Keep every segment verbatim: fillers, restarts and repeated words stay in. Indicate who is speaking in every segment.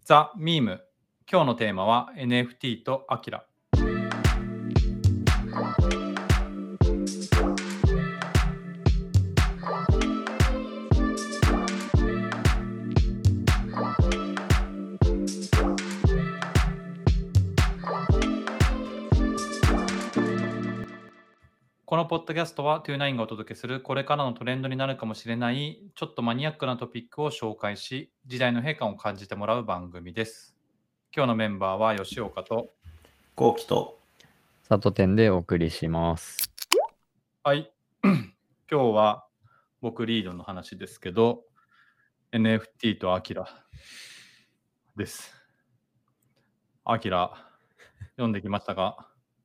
Speaker 1: ザ・ミーム。今日のテーマは エヌエフティー とアキラ。このポッドキャストはトゥーナインがお届けするこれからのトレンドになるかもしれないちょっとマニアックなトピックを紹介し、時代の変化を感じてもらう番組です。今日のメンバーは吉岡と
Speaker 2: こうきと
Speaker 3: 佐藤店でお送りします。
Speaker 1: はい。今日は僕リードの話ですけど、エヌエフティー とアキラです。アキラ、読んできましたか？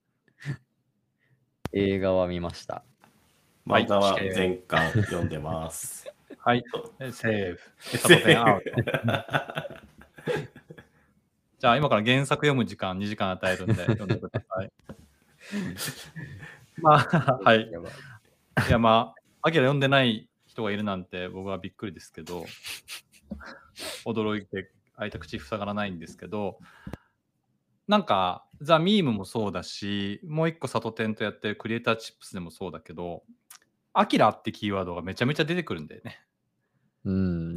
Speaker 3: 映画は見ました。
Speaker 2: 漫画は全巻読んでます。
Speaker 1: はい、セーフ。佐藤店アウト。じゃあ今から原作読む時間にじかん与えるんで読んでください。まあ、はい。いやまあ、アキラ読んでない人がいるなんて僕はびっくりですけど、驚いて開いた口塞がらないんですけど、なんかザ・ミームもそうだし、もう一個佐藤店とやってるクリエイターチップスでもそうだけど、アキラってキーワードがめちゃめちゃ出てくるんだよね。
Speaker 3: うん、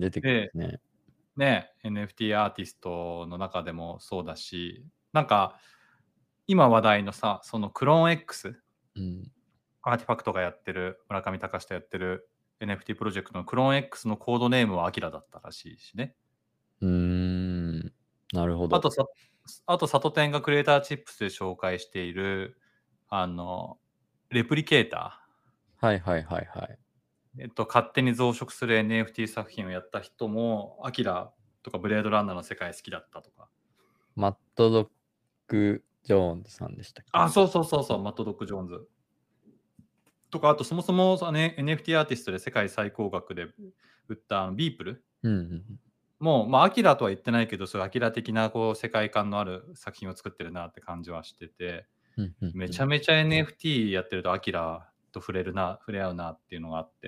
Speaker 3: 出てくるね。
Speaker 1: ね、エヌエフティー アーティストの中でもそうだし、なんか今話題のさ、そのクローン X、
Speaker 3: うん、
Speaker 1: アーティファクトがやってる、村上隆とやってる エヌエフティー プロジェクトのクローン X のコードネームはアキラだったらしいしね。
Speaker 3: うーん、なるほど。
Speaker 1: あとさ、あと佐藤店がクリエイターチップスで紹介している、あの、レプリケータ
Speaker 3: ー。はいはいはいはい。
Speaker 1: えっと、勝手に増殖する エヌエフティー 作品をやった人も、アキラとかブレードランナーの世界好きだったとか。
Speaker 3: マットドッグ・ジョーンズさんでしたっけ？
Speaker 1: あ、そうそうそうそう、マットドッグ・ジョーンズ。とか、あとそもそも、ね、エヌエフティー アーティストで世界最高額で売ったあのビープル、
Speaker 3: うんうん、
Speaker 1: もう、まあ、アキラとは言ってないけど、そういうアキラ的なこう世界観のある作品を作ってるなって感じはしてて、
Speaker 3: うんうんうん、
Speaker 1: めちゃめちゃ エヌエフティー やってるとアキラと触れるな、触れ合うなっていうのがあって。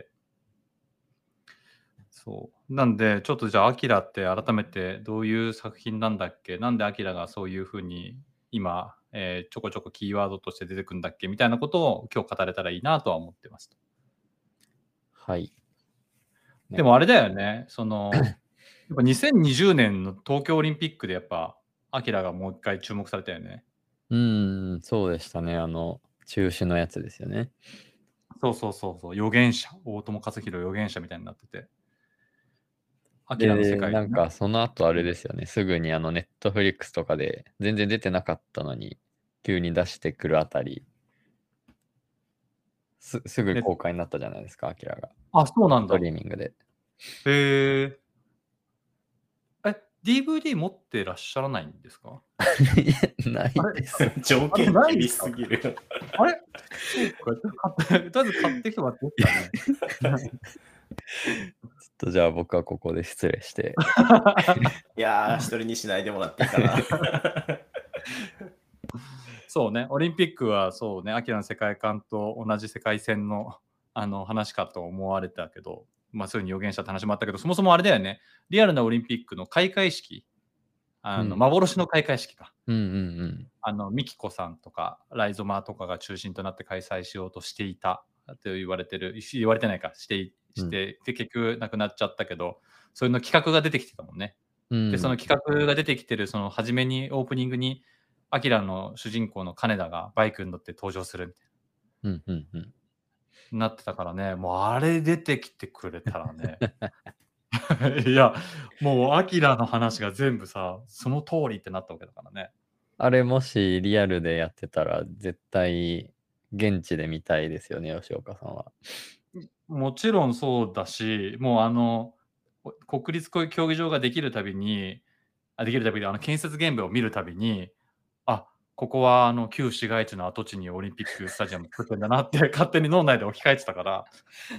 Speaker 1: そうなんで、ちょっとじゃあアキラって改めてどういう作品なんだっけ、なんでアキラがそういうふうに今、えーちょこちょこキーワードとして出てくるんだっけみたいなことを今日語れたらいいなとは思ってます。
Speaker 3: はい。ね、
Speaker 1: でもあれだよね、そのやっぱにせんにじゅうねんの東京オリンピックでやっぱアキラがもう一回注目されたよね。
Speaker 3: うーん、そうでしたね。あの中止のやつですよね。
Speaker 1: そうそうそうそう、預言者、大友克洋預言者みたいになってて。アキ
Speaker 3: で、
Speaker 1: ラの世界
Speaker 3: なんかその後あれですよね。すぐにあのネットフリックスとかで全然出てなかったのに急に出してくるあたり、すすぐ公開になったじゃないですか、アキラが。
Speaker 1: あ、そうなんだ。
Speaker 3: ストリーミングで。
Speaker 1: へえ。え、ディーブイディー 持ってらっしゃらないんですか？
Speaker 3: ないです。
Speaker 2: 条件厳しすぎる。
Speaker 1: あれそうか、とりあえず買ってきてもらっていいですかね。
Speaker 3: ちょっとじゃあ僕はここで失礼して。
Speaker 2: いやー、一人にしないでもらっていいかな。
Speaker 1: そうね、オリンピックはそうね、アキラの世界観と同じ世界線のあの話かと思われたけど、まあそういうふうに予言したって話もあったけど、そもそもあれだよね、リアルなオリンピックの開会式、あの、
Speaker 3: うん
Speaker 1: 幻の開会式か。
Speaker 3: うんうんうん。
Speaker 1: あのミキコさんとかライゾマとかが中心となって開催しようとしていたと言われてる、言われてないか、してして、で結局なくなっちゃったけど、そういうの企画が出てきてたもんね。
Speaker 3: うん、
Speaker 1: でその企画が出てきてるその初めにオープニングにアキラの主人公の金田がバイクに乗って登場するみたい
Speaker 3: うんうんうん。
Speaker 1: ななってたからね、もうあれ出てきてくれたらねいやもうアキラの話が全部さその通りってなったわけだからね。
Speaker 3: あれもしリアルでやってたら絶対現地で見たいですよね、吉岡さんは。
Speaker 1: もちろんそうだし、もうあの国立競技場ができるたびに、あできるたびにあの建設現場を見るたびに、あここはあの旧市街地の跡地にオリンピックスタジアム作ってんだなって勝手に脳内で置き換えてたから、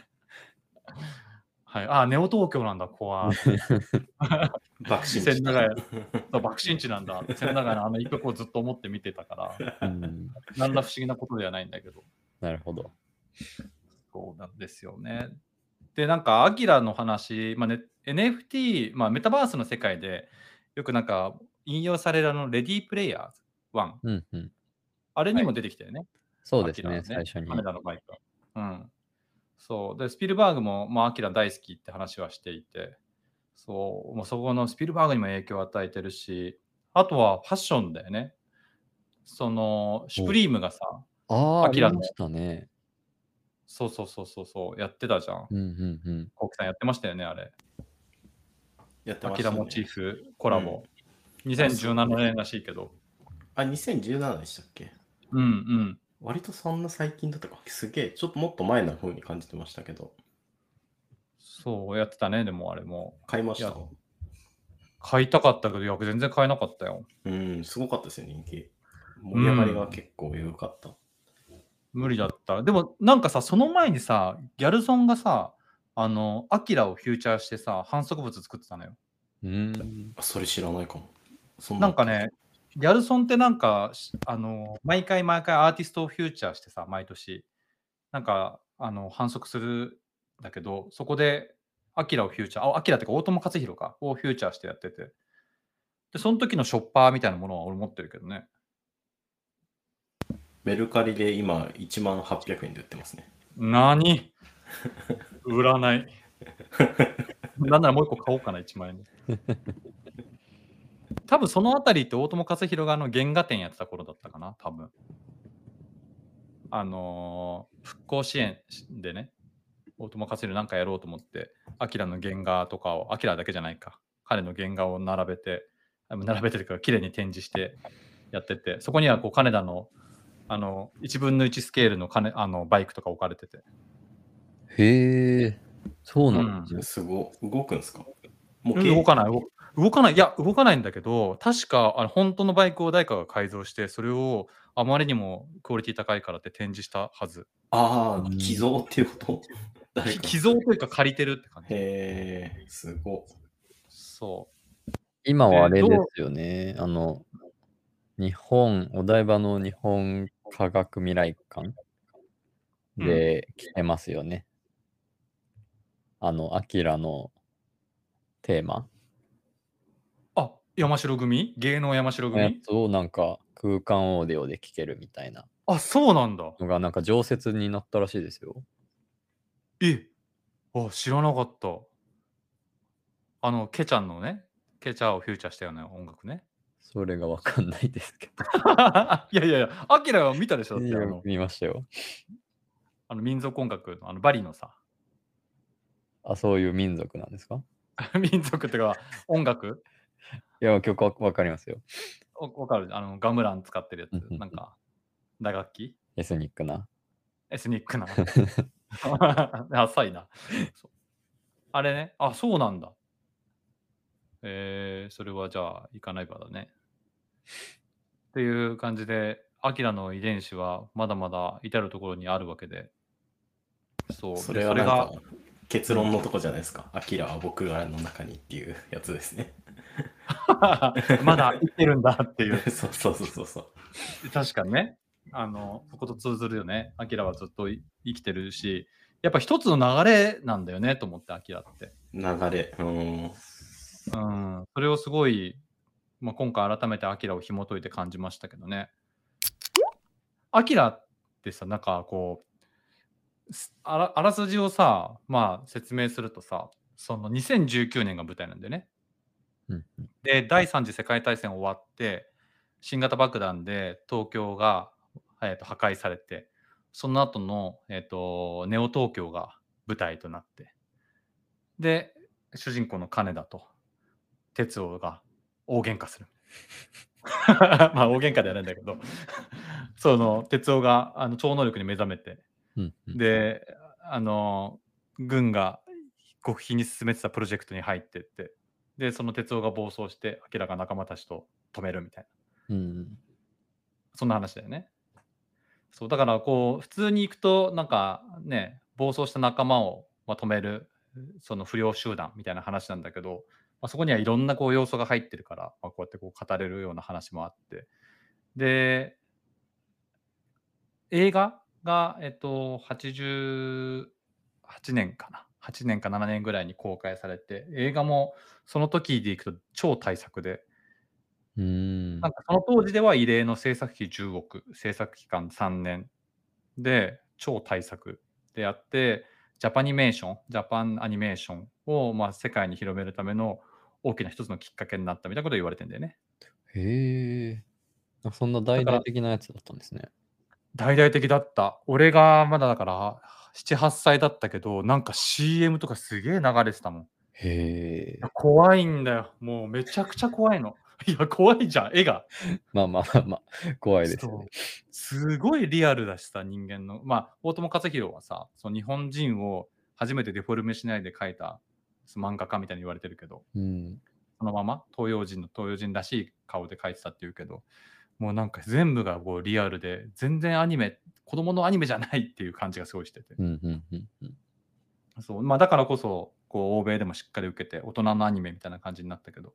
Speaker 1: はい、あネオ東京なんだここは。
Speaker 2: 爆心地。
Speaker 1: 千駄ヶ谷そう爆心地なんだって千駄ヶ谷のあの一角をずっと思って見てたから、
Speaker 3: うん、
Speaker 1: 何ら不思議なことではないんだけど。
Speaker 3: なるほど。
Speaker 1: そうなんですよね。で、なんか、アキラの話、まあね、エヌエフティー、まあ、メタバースの世界でよくなんか引用されるあの、レディープレイヤーズワン。
Speaker 3: うんうん。
Speaker 1: あれにも
Speaker 3: はい。
Speaker 1: 出てきたよね。
Speaker 3: そうですね、
Speaker 1: アキラね。
Speaker 3: 最初に。
Speaker 1: 羽田のバイクが。うん。そう。で、スピルバーグも、まあ、アキラ大好きって話はしていて、そう、もうそこのスピルバーグにも影響を与えてるし、あとはファッションだよね。その、シュプ
Speaker 3: お
Speaker 1: リームがさ、
Speaker 3: ああ、
Speaker 1: アキラの
Speaker 3: ありましたね。
Speaker 1: そうそうそうそうそう、やってたじゃん。
Speaker 3: うんうんうん。
Speaker 1: コウキさんやってましたよね、あれ。
Speaker 2: やって
Speaker 1: アキラモ
Speaker 2: ましたね。
Speaker 1: チーフコラボ。
Speaker 2: あれ
Speaker 1: 2017
Speaker 2: そう
Speaker 1: 年らしいけど。
Speaker 2: あ、にせんじゅうななでしたっけ？
Speaker 1: うんうん。
Speaker 2: 割とそんな最近だったか。すげえ、ちょっともっと前の風に感じてましたけど。
Speaker 1: そう、やってたね、でもあれも。いや、
Speaker 2: 買いました。
Speaker 1: 買いたかったけど、いや、全然買えなかったよ。
Speaker 2: うん、すごかったですよ、人気。
Speaker 1: う
Speaker 2: 盛り上がりが
Speaker 1: ん。
Speaker 2: 結構良かった。
Speaker 1: 無理だった。でも、なんかさ、その前にさ、ギャルソンがさ、あの、アキラをフューチャーしてさ、反則物作ってたのよ。
Speaker 3: うーん。
Speaker 2: あ、それ知らないかも。そんな
Speaker 1: なんかね、ギャルソンってなんか、しあの、毎回毎回アーティストをフューチャーしてさ、毎年、なんか、あの、反則するんだけど、そこでアキラをフューチャー、あ、アキラってか大友克洋か、をフューチャーしてやってて、で、その時のショッパーみたいなものは俺持ってるけどね。
Speaker 2: メルカリで今いちまんはっぴゃくえんで売ってますね。
Speaker 1: なに売らない。なんならもう一個買おうかな、いちまん円で。多分そのあたりって大友克洋があの原画展やってた頃だったかな、多分。あのー復興支援でね、大友克洋なんかやろうと思って、アキラの原画とかを、アキラだけじゃないか、彼の原画を並べて、あ並べてるから綺麗に展示してやってて、そこにはこう金田のあのいちぶんのいちスケールの金あのバイクとか置かれてて。
Speaker 3: へえ、そうなん
Speaker 1: うん。
Speaker 3: ですね。
Speaker 2: すご動くんですか？もう
Speaker 1: うん、動かない、動動かない、いや、動かないんだけど、確かあの本当のバイクを誰かが改造して、それをあまりにもクオリティ高いからって展示したはず。
Speaker 2: ああ、
Speaker 3: うん
Speaker 2: 寄贈っていうこと誰か。
Speaker 1: き寄贈というか借りてるって感じ。
Speaker 2: へえ、すご。
Speaker 1: そ
Speaker 3: 今はあれ
Speaker 1: でどう
Speaker 3: ですよね。あの、日本、お台場の日本科学未来館
Speaker 1: うん。
Speaker 3: で来てますよね。あの、アキラのテーマ
Speaker 1: あ、山城組芸能山城組
Speaker 3: のやつをなんか空間オーディオで聴けるみたいな
Speaker 1: あ、そうなんだ。
Speaker 3: のがなんか常設になったらしいですよ。
Speaker 1: え、あ、知らなかった。あの、ケちゃんのね、ケチャをフューチャーしたような音楽ね。
Speaker 3: それがわかんないですけど。
Speaker 1: いやいやいや、アキラは見たでしょだって、あ
Speaker 3: いや、
Speaker 1: の、
Speaker 3: 見ましたよ。
Speaker 1: あの民族音楽のあのバリのさ、
Speaker 3: あ、そういう民族なんですか？
Speaker 1: 民族ってか音楽
Speaker 3: いや、曲はわかりますよ。
Speaker 1: わわかるあの、ガムラン使ってるやつ、
Speaker 3: うんうんうん。
Speaker 1: なんか、打楽器
Speaker 3: エスニックな。
Speaker 1: エスニックな。浅いな。そうあれね、あ、そうなんだ。えー、それはじゃあ行かないばだね。っていう感じで、アキラの遺伝子はまだまだ至るところにあるわけで。そう。
Speaker 2: そ
Speaker 1: で、それが、
Speaker 2: れはなんか結論のとこじゃないですか。アキラは僕らの中にっていうやつですね。
Speaker 1: まだ生きてるんだっていう。
Speaker 2: そうそうそうそうそう。
Speaker 1: 確かにね。あの、そこと通ずるよね。アキラはずっとい生きてるし、やっぱ一つの流れなんだよねと思って、アキラって。
Speaker 2: 流れ。うーん。
Speaker 1: うん。それをすごい、まあ、今回改めてアキラを紐解いて感じましたけどね。アキラってさ、なんかこう、すあらあらすじをさ、まあ、説明するとさ、そのにせんじゅうきゅうねんが舞台なんだよね。
Speaker 3: うんうん。
Speaker 1: で、第三次世界大戦終わって、新型爆弾で東京が、えっと、破壊されて、その後の、えっと、ネオ東京が舞台となって、で、主人公の金田と哲夫が大喧嘩する。まあ、大喧嘩ではないんだけど、その哲夫があの超能力に目覚めて、
Speaker 3: うんうん。
Speaker 1: で、あの、軍が極秘に進めてたプロジェクトに入ってって、で、その哲夫が暴走して、明が仲間たちと止めるみたいな。
Speaker 3: うんうん。
Speaker 1: そんな話だよね。そう、だからこう、普通に行くと、なんかね、暴走した仲間を、ま、止める、その不良集団みたいな話なんだけど、ま、そこにはいろんなこう要素が入ってるから、ま、こうやってこう語れるような話もあって。で、映画が、えっと、はちじゅうはちねんかな。 はちねんかななねんぐらいに公開されて、映画もその時でいくと超大作で、
Speaker 3: うーん。
Speaker 1: なんかその当時では異例の制作費じゅうおく、制作期間さんねんで超大作であって、ジャパニメーション、ジャパンアニメーションをまあ世界に広めるための大きな一つのきっかけになったみたいなことを言われてんだよね。
Speaker 3: へえ。あ、そんな大
Speaker 1: だから
Speaker 3: 々的なやつだったんですね。
Speaker 1: 大々的だった。俺がまだだからなな、はっさいだったけど、なんか シーエム とかすげえ流れてたもん。
Speaker 3: へえ。
Speaker 1: 怖いんだよ。もうめちゃくちゃ怖いの。いや、怖いじゃん、絵が。
Speaker 3: まあまあまあまあ、怖いですよね。
Speaker 1: そう。すごいリアルだしさ、人間の。まあ、大友克洋はさ、その日本人を初めてデフォルメしないで描いた漫画家みたいに言われてるけど、
Speaker 3: うん。
Speaker 1: そのまま東洋人の東洋人らしい顔で描いてたって言うけど、もうなんか全部がこうリアルで、全然アニメ、子供のアニメじゃないっていう感じがすごいしてて。
Speaker 3: うんうんうんうん。
Speaker 1: そう、まあだからこそ、こう欧米でもしっかり受けて、大人のアニメみたいな感じになったけど、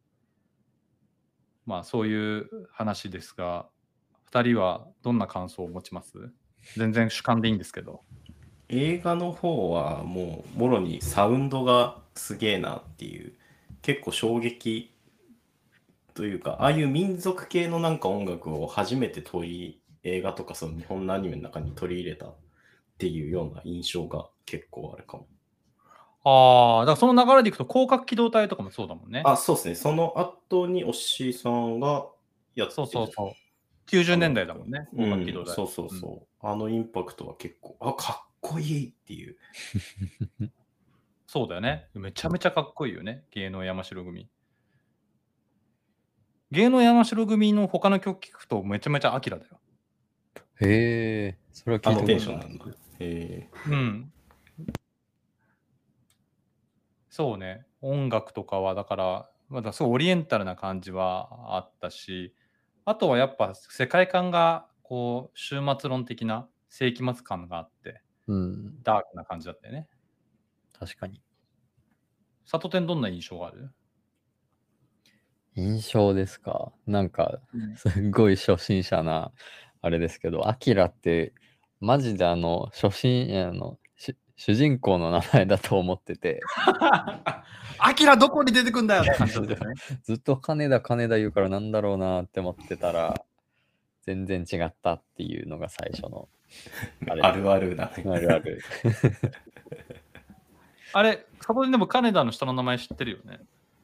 Speaker 1: まあそういう話ですが、ふたりはどんな感想を持ちます？全然主観でいいんですけど。
Speaker 2: 映画の方はもうもろにサウンドがすげえなっていう、結構衝撃というか、ああいう民族系のなんか音楽を初めて取り、映画とかその日本のアニメの中に取り入れたっていうような印象が結構あるかも。
Speaker 1: ああ、だからその流れでいくと広角機動隊とかもそうだもんね。
Speaker 2: あ、そうですね。その後におっしーさんがやって
Speaker 1: そうそう
Speaker 2: た。
Speaker 1: そう。きゅうじゅうねんだい
Speaker 2: あの
Speaker 1: だもんね、
Speaker 2: う
Speaker 1: 広角機動
Speaker 2: ん、
Speaker 1: 隊。
Speaker 2: そうそうそう。あのインパクトは結構、あ、かっこいいっていう。
Speaker 1: そうだよね。めちゃめちゃかっこいいよね、芸能山城組。芸能山城組の他の曲聞くとめちゃめちゃアキラだよ。
Speaker 3: へえ、それは聞
Speaker 2: あのテン
Speaker 3: いたことない。
Speaker 2: ションなんだ。へえ。
Speaker 1: うん。そうね、音楽とかはだから、まだすごいオリエンタルな感じはあったし、あとはやっぱ世界観がこう終末論的な世紀末感があって、
Speaker 3: うん、
Speaker 1: ダークな感じだったよね。
Speaker 3: 確かに。
Speaker 1: サトテンどんな印象がある？
Speaker 3: 印象ですか。なんか、
Speaker 1: うん
Speaker 3: すっごい初心者な、あれですけど、アキラって、マジであの、初心、あの、し主人公の名前だと思ってて、
Speaker 1: アキラどこに出てくんだよって感じだったよね。
Speaker 3: ずっと金田金田言うからなんだろうなって思ってたら、全然違ったっていうのが最初の、あれ
Speaker 2: あるあるだね。
Speaker 3: あるある。
Speaker 1: あれ、サトテンでも金田の下の名前知ってるよね。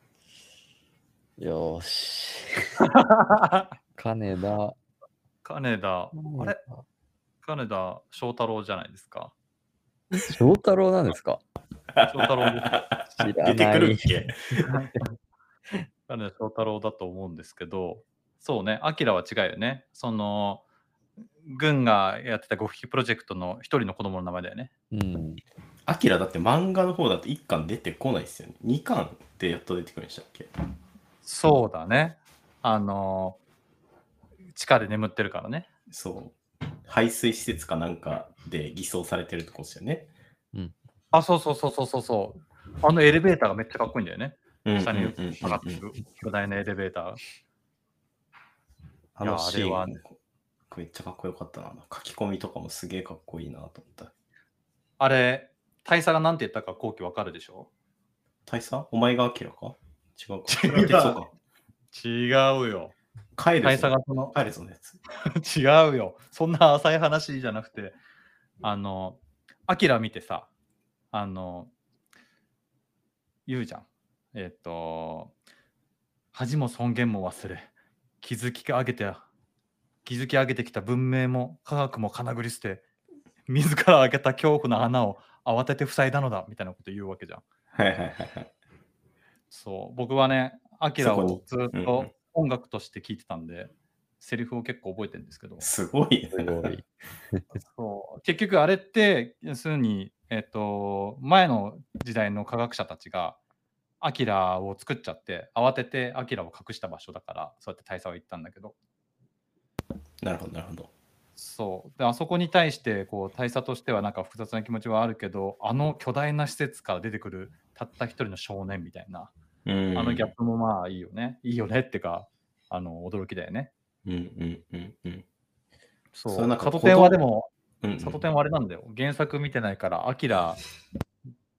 Speaker 3: よーし。金田。
Speaker 1: 金田、あれ金田翔太郎じゃないですか。
Speaker 3: 翔太郎なんですか？
Speaker 1: 翔太郎ですよ。
Speaker 3: 知らない
Speaker 2: 出てくるっけ？
Speaker 1: 金田翔太郎だと思うんですけど、そうね、アキラは違うよね。その、軍がやってた極秘プロジェクトの一人の子供の名前だよね。
Speaker 3: うん。
Speaker 2: アキラだって漫画の方だといっかん出てこないですよね。にかんでやっと出てくるんでしたっけ？
Speaker 1: そうだね。あの、地下で眠ってるからね。
Speaker 2: そう。排水施設かなんかで偽装されてるとこですよね。
Speaker 1: あ、そうそうそうそうそうそう。あのエレベーターがめっちゃかっこいいんだよね。
Speaker 2: うん
Speaker 1: 下に
Speaker 2: うんうんうん
Speaker 1: 上がっていく巨大なエレベーター。
Speaker 2: あのシーン
Speaker 1: いやあれは
Speaker 2: めっちゃかっこよかったな。書き込みとかもすげえかっこいいなと思った。
Speaker 1: あれ、大佐がなんて言ったか後期わかるでしょ？
Speaker 2: 大佐お前がアキラか？違うか。
Speaker 1: 違う
Speaker 2: それは哲夫か。
Speaker 1: 違うよ。
Speaker 2: 帰る
Speaker 1: 大佐
Speaker 2: ぞ。
Speaker 1: がその、
Speaker 2: 帰るぞのやつ。
Speaker 1: 違うよ。そんな浅い話じゃなくて、あの、アキラ見てさ、あの、言うじゃん。えっ、と、恥も尊厳も忘れ、築き上げて、築き上げてきた文明も科学もかなぐり捨て、自ら開けた恐怖の穴を慌てて塞いだのだみたいなこと言うわけじゃん。
Speaker 2: はいはいはいはい。
Speaker 1: そう、僕はね、アキラ
Speaker 2: そこに
Speaker 1: をずっ
Speaker 2: うんうん
Speaker 1: と音楽として聴いてたんで、セリフを結構覚えてるんですけど、
Speaker 2: すごい
Speaker 3: すごい。
Speaker 1: そう結局あれって要するに、えっと、前の時代の科学者たちがアキラを作っちゃって慌ててアキラを隠した場所だからそうやって大佐は言ったんだけど、
Speaker 2: なるほどなるほど。
Speaker 1: そうであそこに対してこう大佐としてはなんか複雑な気持ちはあるけど、あの巨大な施設から出てくるたった一人の少年みたいな、
Speaker 2: うん
Speaker 1: あのギャップもまあいいよねいいよねってか、あの驚きだよね。
Speaker 2: うんうんうんうん。
Speaker 1: そう
Speaker 2: それなんか
Speaker 1: サトテンはでも
Speaker 2: うんうん
Speaker 1: サトテンはあれなんだよ。原作見てないから、アキラ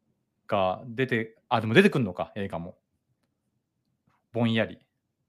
Speaker 1: が出て、あ、でも出てくるのか、映画も。ぼんやり。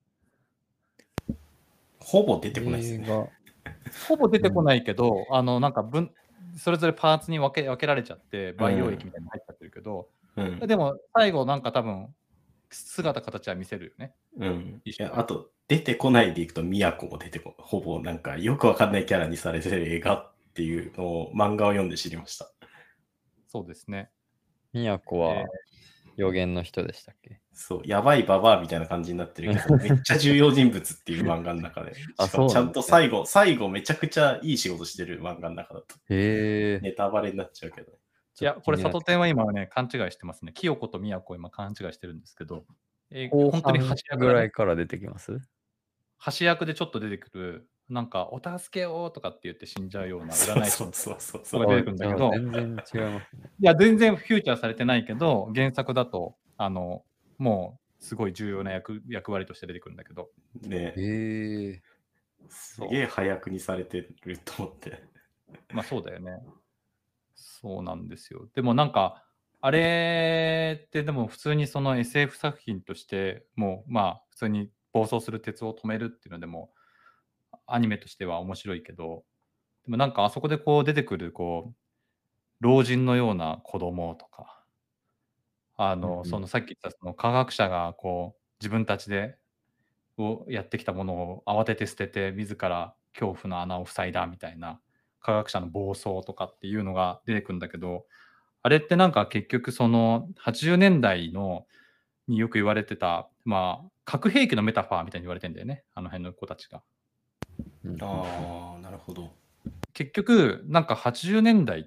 Speaker 2: ほぼ出てこないですね。
Speaker 3: 映画。
Speaker 1: ほぼ出てこないけど、あの、なんか分、それぞれパーツに分け分けられちゃって、培養液みたいに入っちゃってるけど、
Speaker 2: うん。
Speaker 1: でも最後なんか多分、姿形は見せるよね。
Speaker 2: うん。い
Speaker 1: 一緒に
Speaker 2: や、あと、出てこないでいくと、宮子も出てこない。ほぼなんか、よくわかんないキャラにされてる映画っていうのを漫画を読んで知りました。
Speaker 1: そうですね。
Speaker 3: 宮子は予言の人でしたっけ？
Speaker 2: そう、やばいババアみたいな感じになってるけど、めっちゃ重要人物っていう漫画の中で。
Speaker 3: あ
Speaker 2: しかもちゃんと
Speaker 3: そうなんですね
Speaker 2: 最後、最後めちゃくちゃいい仕事してる漫画の中だと。
Speaker 3: へえ。
Speaker 2: ネタバレになっちゃうけど。
Speaker 1: いや、これ、里
Speaker 3: ちょっと気になって
Speaker 1: 天は今はね、勘違いしてますね。清子と宮子を今勘違いしてるんですけど、え
Speaker 3: 後
Speaker 1: 本当に
Speaker 3: 半
Speaker 1: 橋役
Speaker 3: ぐら
Speaker 1: だね。
Speaker 3: いから出てきます？
Speaker 1: 橋役でちょっと出てくる、なんか、お助けをとかって言って死んじゃうような
Speaker 2: そうそ
Speaker 1: 占い師の
Speaker 2: うそうそう
Speaker 1: 人
Speaker 2: そう。
Speaker 1: が出てくるんだけど、
Speaker 3: あじゃあ全然違いますね。
Speaker 1: いや、全然フューチャーされてないけど、原作だと、あの、もう、すごい重要な役役割として出てくるんだけど、
Speaker 2: ね、
Speaker 3: へえ。
Speaker 2: すげえ早くにされてると思って。
Speaker 1: まあそうだよね。そうなんですよ。でもなんか、あれってでも普通にその エスエフ 作品として、もうまあ普通に暴走する鉄を止めるっていうのでも、アニメとしては面白いけど、でもなんかあそこでこう出てくるこう、老人のような子供とか、あの、
Speaker 3: うんうん
Speaker 1: そのさっき言ったその科学者がこう自分たちでをやってきたものを慌てて捨てて、自ら恐怖の穴を塞いだみたいな科学者の暴走とかっていうのが出てくるんだけど、あれってなんか結局そのはちじゅうねんだいのによく言われてた、まあ、核兵器のメタファーみたいに言われてんだよね、あの辺の子たちが。
Speaker 3: うんうん
Speaker 2: ああ、なるほど。
Speaker 1: 結局、なんかはちじゅうねんだいって、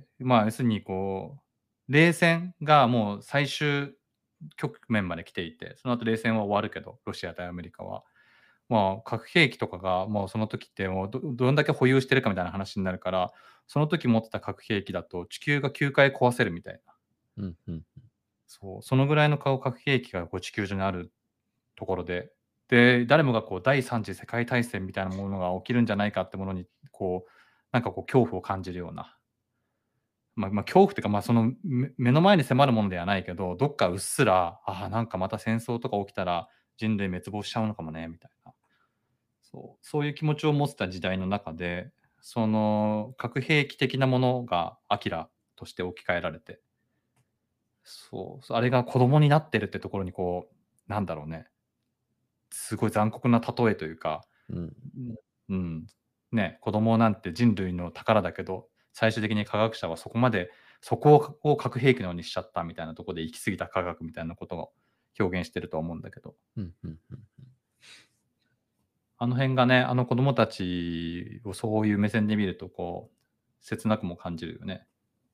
Speaker 1: まあ、要するにこう、冷戦がもう最終局面まで来ていて、その後冷戦は終わるけど、ロシア対アメリカは。まあ、核兵器とかがもうその時ってもうどどんだけ保有してるかみたいな話になるから、その時持ってた核兵器だと地球がきゅうかい壊せるみたいな。
Speaker 3: うんうん
Speaker 1: そう、そのぐらいの顔核兵器がこう地球上にあるところで、で、誰もがこう第三次世界大戦みたいなものが起きるんじゃないかってものに、こう、なんかこう恐怖を感じるような、まあ、まあ、恐怖っていうか、まあ、その目目の前に迫るものではないけど、どっかうっすら、ああ、なんかまた戦争とか起きたら人類滅亡しちゃうのかもねみたいな。そう、そういう気持ちを持ってた時代の中で、その核兵器的なものがアキラとして置き換えられて、そう、あれが子供になってるってところにこう、なんだろうね、すごい残酷な例えというか、
Speaker 3: うん
Speaker 1: うん、ね、子供なんて人類の宝だけど、最終的に科学者はそこまで、そこを核兵器のようにしちゃったみたいなところで行き過ぎた科学みたいなことを表現してると思うんだけど、
Speaker 3: うんうんうん
Speaker 1: あの辺がね、あの子供たちをそういう目線で見ると、こう、切なくも感じるよね。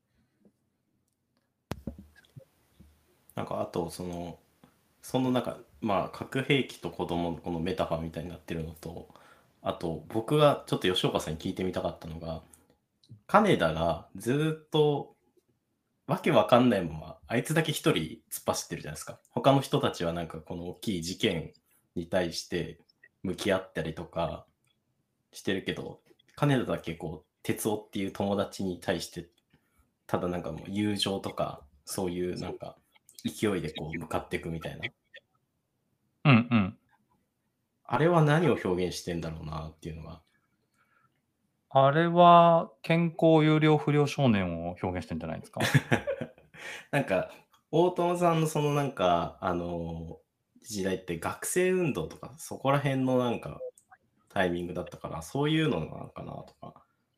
Speaker 2: なんかあと、その、そのなんか、まあ、核兵器と子供のこのメタファーみたいになってるのと、あと、僕がちょっと吉岡さんに聞いてみたかったのが、金田がずーっとわけわかんないまま、あいつだけ一人突っ走ってるじゃないですか。他の人たちはなんかこの大きい事件に対して向き合ったりとかしてるけど、金田だけこう、哲夫っていう友達に対して、ただなんかもう友情とか、そういうなんか勢いでこう向かっていくみたいな。
Speaker 1: うんうん。
Speaker 2: あれは何を表現してんだろうなっていうのが。
Speaker 1: あれは健康有料不良少年を表現してんじゃないですか。
Speaker 2: なんか、大友さんのそのなんか、あの時代って学生運動とか、そこら辺のなんかタイミングだったから、そういうのなのかなとか。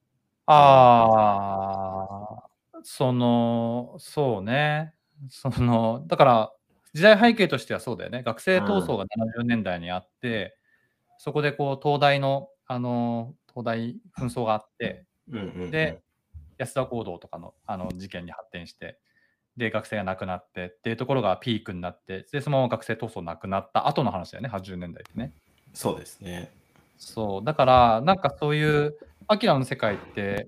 Speaker 1: ああ、その、そうね。その、だから、時代背景としてはそうだよね。学生闘争がななじゅうねんだいにあって、そこでこう東大の、あの、東大紛争があって、
Speaker 2: うんうんうん。
Speaker 1: で、安田講堂とかのあの事件に発展して、で、学生が亡くなってっていうところがピークになって、で、そのまま学生闘争なくなった後の話だよね、はちじゅうねんだいってね。
Speaker 2: そうですね。
Speaker 1: そう、だから、なんかそういう、アキラの世界って、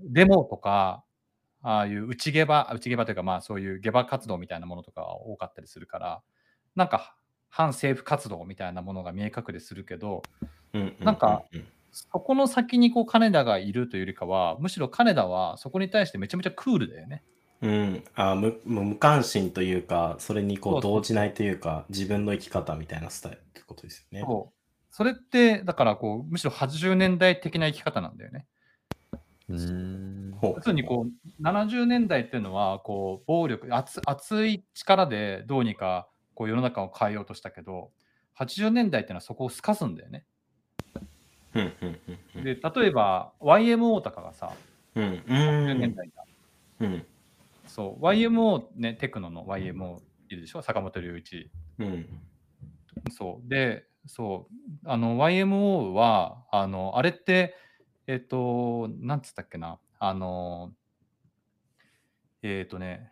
Speaker 1: デモとか、ああいう内ゲバ、内ゲバというか、まあそういうゲバ活動みたいなものとかが多かったりするから、なんか反政府活動みたいなものが見え隠れするけど、
Speaker 2: うんうんうんうん。
Speaker 1: なんかそこの先にこう金田がいるというよりかは、むしろ金田はそこに対してめちゃめちゃクールだよね。
Speaker 2: うん、あ無無無関心というか、それにこ
Speaker 1: そううそう
Speaker 2: 動じないというか、自分の生き方みたいなスタイルってことですよね。
Speaker 1: そう。それって、だからこう、むしろはちじゅうねんだい的な生き方なんだよね。
Speaker 3: うーん。
Speaker 2: ほう
Speaker 1: 要するにこう、ななじゅうねんだいっていうのは、こう、暴力、熱熱い力でどうにかこう世の中を変えようとしたけど、はちじゅうねんだいっていうのはそこを透かすんだよね。
Speaker 2: うんうんうんうん
Speaker 1: で、例えば ワイエムオー とかがさ、
Speaker 2: うんう
Speaker 1: はちじゅうねん
Speaker 2: ん
Speaker 1: だいだ。
Speaker 2: うん
Speaker 1: そう、ワイエムオー ね、テクノの ワイエムオー いるでしょ、坂本龍一。
Speaker 2: うん
Speaker 1: そう。で、そう、あの ワイエムオー は、あの、あれって、えっと、なんつったっけな、あの、えっとね、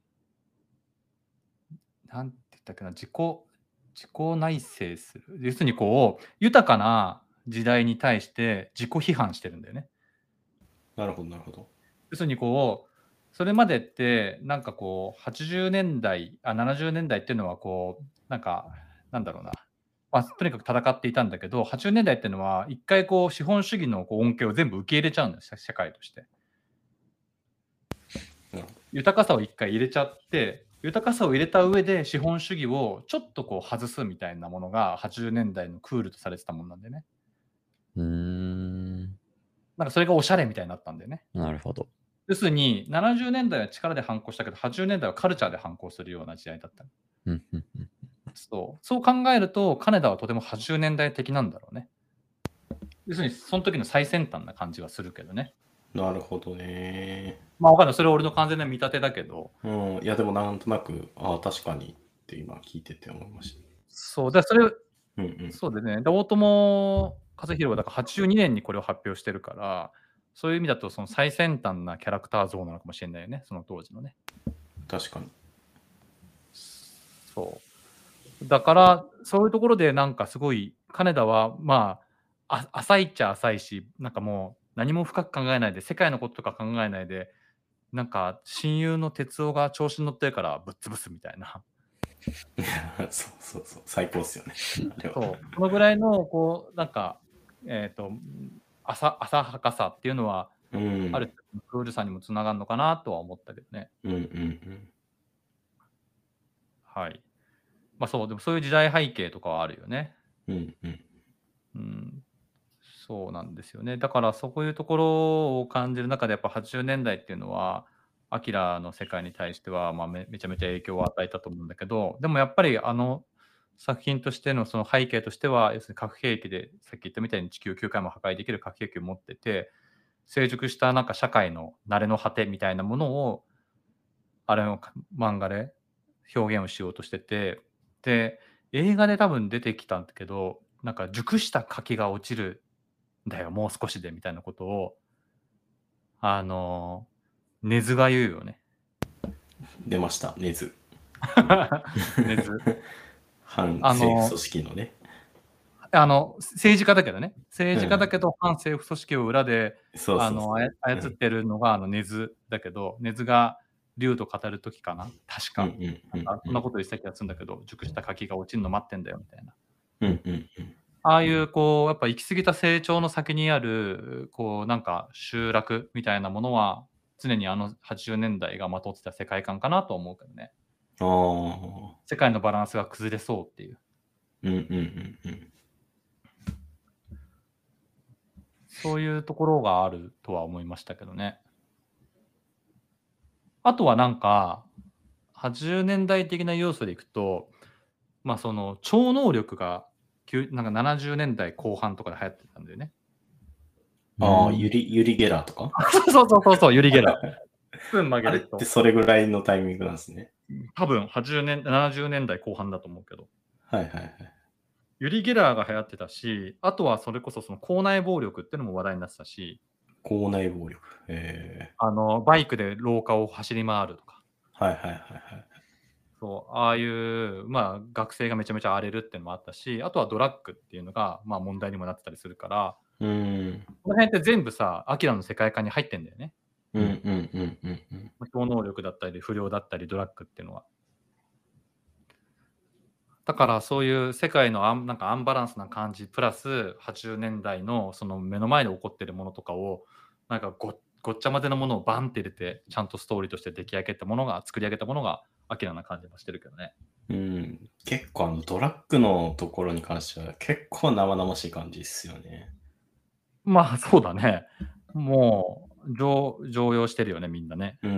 Speaker 1: なんて言ったっけな、自己自己内省する。要するにこう、豊かな時代に対して自己批判してるんだよね。
Speaker 2: なるほどなるほど。
Speaker 1: 要するにこう、それまでってなんかこうはちじゅうねんだい、あ、ななじゅうねんだいっていうのはこう、なんか、なんだろうな、まあ、とにかく戦っていたんだけど、はちじゅうねんだいっていうのは一回こう資本主義のこう恩恵を全部受け入れちゃうんですよ、社会として。
Speaker 2: なるほ
Speaker 1: 豊かさを一回入れちゃって、豊かさを入れた上で資本主義をちょっとこう外すみたいなものがはちじゅうねんだいのクールとされてたもんなんでね。
Speaker 3: うーん。
Speaker 1: なんかそれがおしゃれみたいになったんだよね。
Speaker 3: なるほど。
Speaker 1: 要するにななじゅうねんだいは力で反抗したけど、はちじゅうねんだいはカルチャーで反抗するような時代だった。
Speaker 3: うんうんうん。
Speaker 1: そうそう考えると、金田はとてもはちじゅうねんだい的なんだろうね。要するにその時の最先端な感じはするけどね。
Speaker 2: なるほどね。
Speaker 1: まあわかんない。それは俺の完全な見立てだけど。
Speaker 2: うん、いやでもなんとなく、ああ、確かにって今聞いてて思いました。
Speaker 1: そう、だそれ、
Speaker 2: うんうん。
Speaker 1: そうでね、で大友和弘はだからはちじゅうにねんにこれを発表してるから、そういう意味だとその最先端なキャラクター像なのかもしれないよね、その当時のね。
Speaker 2: 確かに。
Speaker 1: そう。だから、そういうところでなんかすごい、金田はまあ、あ浅いっちゃ浅いし、なんかもう何も深く考えないで、世界のこととか考えないで、なんか親友の哲夫が調子に乗ってるからぶっ潰すみたいな。
Speaker 2: そうそうそう、最高っすよね。あれは。
Speaker 1: そう。このぐらいのこうなんか、えっと、浅浅はかさっていうのは、
Speaker 2: うん
Speaker 1: ある程度のクールさにもつながるのかなとは思ったけどね。
Speaker 2: うんうんうん
Speaker 1: はい。ま、そう、でもそういう時代背景とかはあるよね。
Speaker 2: うんうん
Speaker 1: うん。そうなんですよね。だからそういうところを感じる中でやっぱはちじゅうねんだいっていうのは、アキラの世界に対しては、まあ、めめちゃめちゃ影響を与えたと思うんだけど、でもやっぱりあの作品としてのその背景としては、要するに核兵器で、さっき言ったみたいに地球きゅうかいも破壊できる核兵器を持ってて、成熟したなんか社会の慣れの果てみたいなものを、あれのか漫画で表現をしようとしてて、で、映画で多分出てきたんだけど、なんか熟した柿が落ちるだよ、もう少しでみたいなことを、あの、根津が言うよね。
Speaker 2: 出ました、根津。
Speaker 1: 根津。
Speaker 2: 反
Speaker 1: あの
Speaker 2: 政府組織のね。
Speaker 1: あの、政治家だけどね。政治家
Speaker 2: うん
Speaker 1: だけど、反政府組織を裏で、
Speaker 2: そうそうそう。
Speaker 1: あの、あや操っ
Speaker 2: うん
Speaker 1: てるのが、あの、根津だけど、根津が竜と語る時かな、確か。
Speaker 2: うんうんうん
Speaker 1: なんかそんなこと言ってた気がするんだけど、熟した柿が落ちるの待ってんだよみたいな。
Speaker 2: うんうんうん
Speaker 1: ああいうこう、やっぱ行き過ぎた成長の先にある、こうなんか集落みたいなものは、常にあのはちじゅうねんだいがまとってた世界観かなと思うけどね。
Speaker 2: ああ。
Speaker 1: 世界のバランスが崩れそうっていう。
Speaker 2: うんうんうんうん。
Speaker 1: そういうところがあるとは思いましたけどね。あとはなんか、はちじゅうねんだい的な要素でいくと、ま、その超能力が、きゅうなんかななじゅうねんだいこう半とかで流行ってたんだよね。
Speaker 2: ああ、
Speaker 3: うん
Speaker 2: ユリ、ユリゲラーとか
Speaker 1: そうそうそうそう、ユリ・ゲラー。スプーン曲げ
Speaker 2: あれ
Speaker 1: ると。
Speaker 2: ってそれぐらいのタイミングなんですね。
Speaker 1: 多分はちじゅうねん、ななじゅうねんだいこう半だと思うけど。
Speaker 2: はいはいはい。
Speaker 1: ユリ・ゲラーが流行ってたし、あとはそれこそその校内暴力っていうのも話題になってたし、
Speaker 2: 校内暴力。ええ
Speaker 1: あの、バイクで廊下を走り回るとか、
Speaker 2: はいはいはいはい。
Speaker 1: そう、ああいう、まあ、学生がめちゃめちゃ荒れるっていうのもあったし、あとはドラッグっていうのが、まあ、問題にもなってたりするから、
Speaker 2: うーん。
Speaker 1: この辺って全部さ、アキラの世界観に入ってんだよね。
Speaker 2: うんうんうんうんうん。
Speaker 1: ま超能力だったり、不良だったり、ドラッグっていうのは。だからそういう世界のアンなんかアンバランスな感じ、プラスはちじゅうねんだいのその目の前で起こってるものとかを、なんかごごっちゃ混ぜのものをバンって入れてちゃんとストーリーとして出来上げたものが作り上げたものがアキラな感じもしてるけどね。
Speaker 2: うん、結構あのドラッグのところに関しては結構生々しい感じですよね。
Speaker 1: まあそうだね。もう常常用してるよねみんなね。
Speaker 2: うん、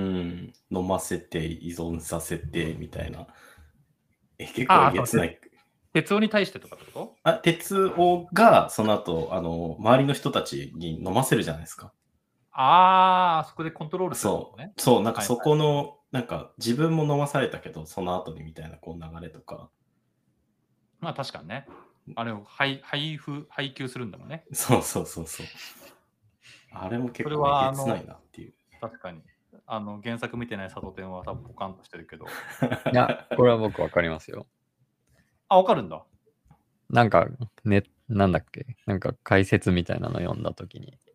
Speaker 2: 飲ませて依存させてみたいな。え、結
Speaker 1: ああ、
Speaker 2: 構えげつない。
Speaker 1: 鉄夫に対してとかってこと？
Speaker 2: あ、鉄夫がその後、あの、周りの人たちに飲ませるじゃないですか。
Speaker 1: ああ、そこでコントロールする
Speaker 2: そう、
Speaker 1: のね。
Speaker 2: そう、なんか
Speaker 1: はい
Speaker 2: そこの、なんか自分も飲まされたけど、その後にみたいなこう流れとか。
Speaker 1: まあ確かにね。あれを配配布配給するんだもんね。
Speaker 2: そうそうそうそう。あれも結
Speaker 1: それ
Speaker 2: 構
Speaker 1: はあの
Speaker 2: えげつないなっていう。
Speaker 1: 確かに。あの原作見てない佐藤天は多分ポカンとしてるけど。
Speaker 3: いや、これは僕わかりますよ。
Speaker 1: あ、わかるんだ。
Speaker 3: なんか、ね、なんだっけ、なんか解説みたいなの読んだときに。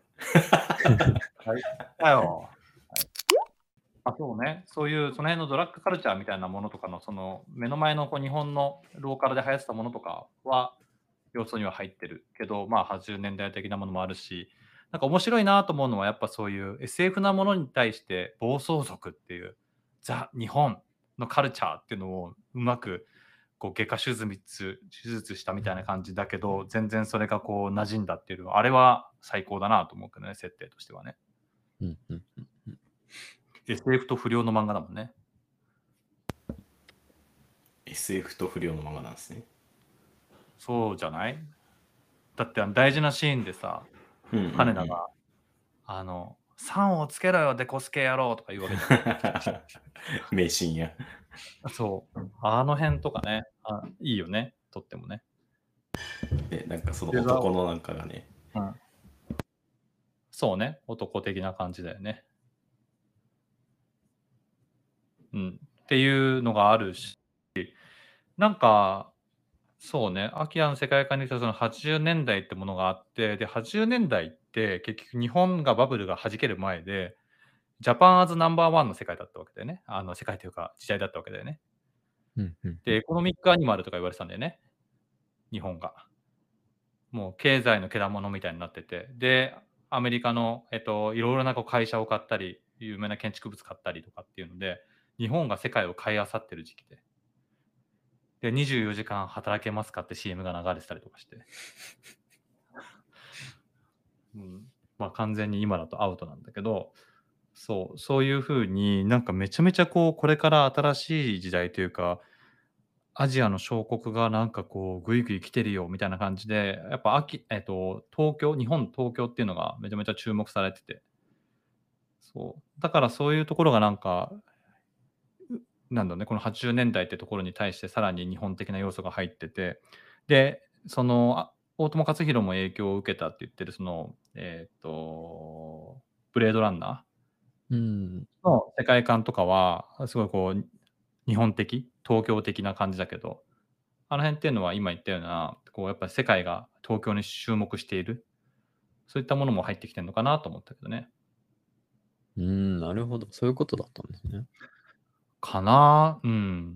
Speaker 1: はい。だよ。はい、あ、そうね。そういうその辺のドラッグカルチャーみたいなものとかのその目の前のこう日本のローカルで流行ってたものとかは要素には入ってるけど、まあはちじゅうねんだい的なものもあるし、なんか面白いなと思うのはやっぱそういう エスエフ なものに対して暴走族っていうザ・日本のカルチャーっていうのをうまくこう外科手術手術したみたいな感じだけど、全然それがこう馴染んだっていうのはあれは最高だなと思うけどね、設定としてはね。
Speaker 3: うんうんうんうん、
Speaker 1: エスエフ と不良の漫画だもんね。
Speaker 2: エスエフ と不良の漫画なんですね。
Speaker 1: そうじゃない？だってあの大事なシーンでさ、
Speaker 2: うんうんうん、
Speaker 1: 羽田があのさんをつけろよデコスケ野郎とか言うわけじゃん。
Speaker 2: 名シーンや。
Speaker 1: そうあの辺とかね、あいいよね、とってもね。
Speaker 2: で、なんかその男のなんかがね、
Speaker 1: うん、そうね、男的な感じだよね。うん、っていうのがあるし、なんかそうね、アキラの世界観に言うとそのはちじゅうねんだいってものがあって、ではちじゅうねんだいって結局日本がバブルが弾ける前で、ジャパンアズナンバーワンの世界だったわけだよね。あの世界というか時代だったわけだよね。
Speaker 3: うんうん、
Speaker 1: で、エコノミックアニマルとか言われてたんだよね。日本が。もう経済のけだものみたいになってて。で、アメリカの、えっと、いろいろなこう会社を買ったり、有名な建築物買ったりとかっていうので、日本が世界を買い漁ってる時期で。で、にじゅうよじかん働けますかって シーエム が流れてたりとかして。うん、まあ完全に今だとアウトなんだけど、そう、そういうふうになんかめちゃめちゃこう、これから新しい時代というか、アジアの小国がなんかこう、ぐいぐい来てるよみたいな感じで、やっぱ秋、えっと、東京、日本、東京っていうのがめちゃめちゃ注目されてて、そう。だからそういうところがなんか、うなんだろうね、このはちじゅうねんだいってところに対してさらに日本的な要素が入ってて、で、その、あ大友克洋も影響を受けたって言ってるその、えっと、ブレードランナ
Speaker 3: うん、
Speaker 1: ーの世界観とかは、すごいこう、日本的、東京的な感じだけど、あの辺っていうのは今言ったような、こうやっぱり世界が東京に注目している、そういったものも入ってきてるのかなと思ったけどね。
Speaker 3: うん、なるほど。そういうことだったんですね。
Speaker 1: かな、うん。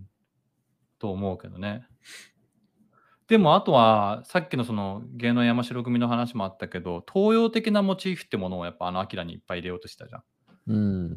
Speaker 1: と思うけどね。でもあとは、さっきのその芸能山城組の話もあったけど、東洋的なモチーフってものをやっぱあのアキラにいっぱい入れようとしたじゃん。
Speaker 3: うん。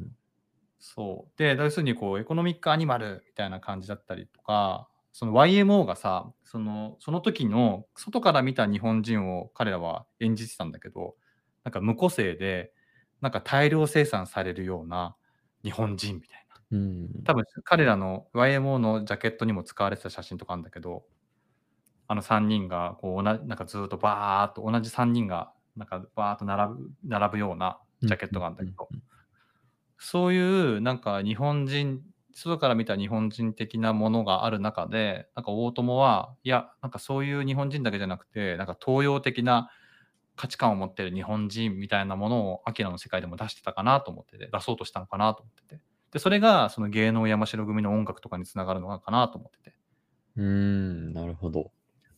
Speaker 1: そう。で、要するにこうエコノミックアニマルみたいな感じだったりとか、その ワイエムオー がさ、そのその時の外から見た日本人を彼らは演じてたんだけど、なんか無個性で、なんか大量生産されるような日本人みたいな。
Speaker 3: うん。
Speaker 1: 多分彼らの ワイエムオー のジャケットにも使われてた写真とかあるんだけど、あのさんにんがこうななんかずっとバーっと同じさんにんがなんかバーっと並ぶ並ぶようなジャケットがあるんだけど、そういうなんか日本人、外から見た日本人的なものがある中で、なんか大友は、いや、なんかそういう日本人だけじゃなくて、なんか東洋的な価値観を持ってる日本人みたいなものをアキラの世界でも出してたかなと思ってて、出そうとしたのかなと思ってて。で、それがその芸能山城組の音楽とかにつながるのかなと思ってて。
Speaker 3: うーん、なるほど。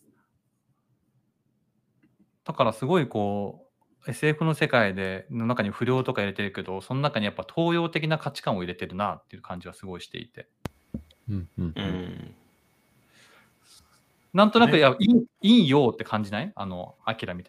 Speaker 1: だからすごいこう エスエフ の世界での中に不良とか入れてるけど、その中にやっぱ東洋的な価値観を入れてるなっていう感じはすごいしていて、
Speaker 3: うんうん
Speaker 2: う
Speaker 3: うん。
Speaker 2: ん。
Speaker 1: なんとなく、い
Speaker 2: ね
Speaker 1: や、いいいいよって感じない？あの、アキラ見てて。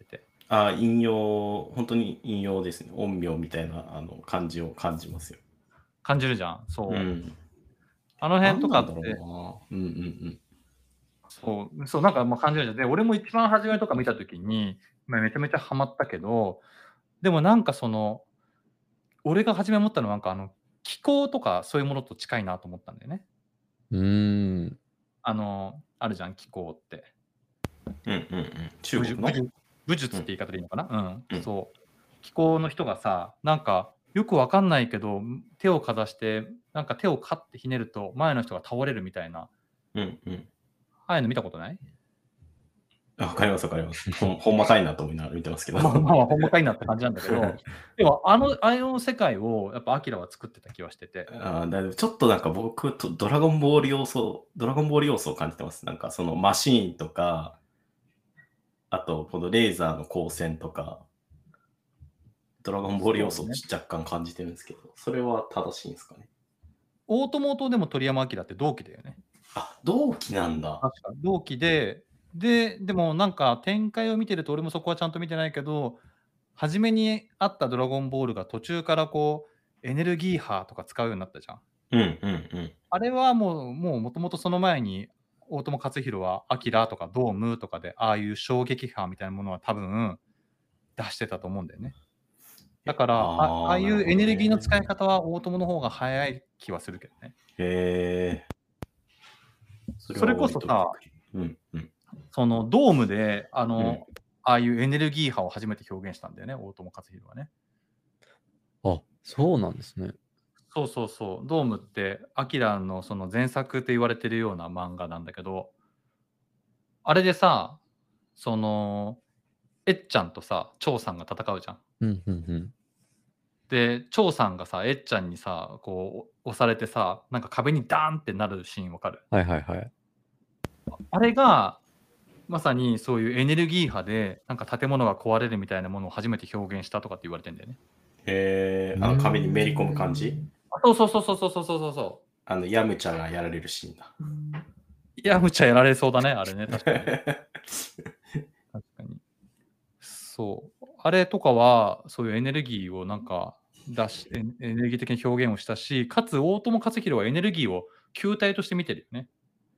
Speaker 2: あ、引用、本当に引用ですね。陰陽みたいなあの感じを感じますよ。
Speaker 1: 感じるじゃん。そう。
Speaker 2: うん。
Speaker 1: あの辺とかって、
Speaker 2: なんなんだろうな。うんうん
Speaker 1: そう、そう、なんかまあ感じるじゃん。で、俺も一番初めとか見たときに、まあめちゃめちゃハマったけど、でもなんかその、俺が初め思ったのはなんかあの、気候とかそういうものと近いなと思ったんだよね。
Speaker 3: うーん。
Speaker 1: あの、あるじゃん、気候って。
Speaker 2: うん。うんうんうん。中
Speaker 1: 武術
Speaker 2: 国の
Speaker 1: 武術武術って言い方でいいのかな、うん、
Speaker 2: うん
Speaker 1: そう。気候の人がさ、なんかよくわかんないけど、手をかざして、なんか手をカッてひねると前の人が倒れるみたいな、
Speaker 2: うんうん。
Speaker 1: ああいうの見たことない？
Speaker 2: あわかりますわかります。ほんほんまかいなと思いながら見てますけど。
Speaker 1: まあまあ、ほんまかいなって感じなんだけど、でもあの、ああいう世界をやっぱアキラは作ってた気はしてて。
Speaker 2: あーだいぶちょっとなんか僕とドラゴンボール要素、ドラゴンボール要素を感じてます。なんかそのマシーンとか、あとこのレーザーの光線とか、ドラゴンボール要素を
Speaker 1: そうね
Speaker 2: 若干感じてるんですけど、それは正しいんですかね。
Speaker 1: 大友とでも鳥山明って同期だよね。
Speaker 2: あ、同期なんだ。
Speaker 1: 確か。同期で、で、でもなんか展開を見てると、俺もそこはちゃんと見てないけど、初めにあったドラゴンボールが途中からこう、エネルギー波とか使うようになったじゃん。
Speaker 2: うんうんうん。
Speaker 1: あれはもう、もうもともとその前に、大友克洋はアキラとかドームとかで、ああいう衝撃波みたいなものは多分出してたと思うんだよね。だから、あああ
Speaker 2: あー
Speaker 1: いうエネルギーの使い
Speaker 2: なる
Speaker 1: 方は大友の方が早い気はするけどね。
Speaker 2: ほどねへえ。そ
Speaker 1: それこそさ、
Speaker 2: うんうん。
Speaker 1: そのドームで、あの、
Speaker 2: うん
Speaker 1: ああいうエネルギー波を初めて表現したんだよね、大友克洋はね。
Speaker 3: あ、そうなんですね。
Speaker 1: そうそうそう。ドームって、アキラのその前作って言われてるような漫画なんだけど、あれでさ、その、えっちゃんとさ、張さんが戦うじゃん。
Speaker 3: うんうんうん。
Speaker 1: で、張さんがさ、えっちゃんにさ、こう押されてさ、なんか壁にダーンってなるシーンわかる？
Speaker 3: はいはいはい。
Speaker 1: あれが、まさにそういうエネルギー波で、なんか建物が壊れるみたいなものを初めて表現したとかって言われてんだよね。
Speaker 2: へえ。あの壁にめり込む感じ
Speaker 1: あ、そうそうそうそうそうそうそうそ
Speaker 2: あの、ヤムチャがやられるシーンだ。
Speaker 1: う。いや、むちゃやられそうだね、あれね、確かに。確かに。そう。あれとかは、そういうエネルギーをなんか出し、エネエネルギー的な表現をしたし、かつ大友克洋はエネルギーを球体として見てるよね。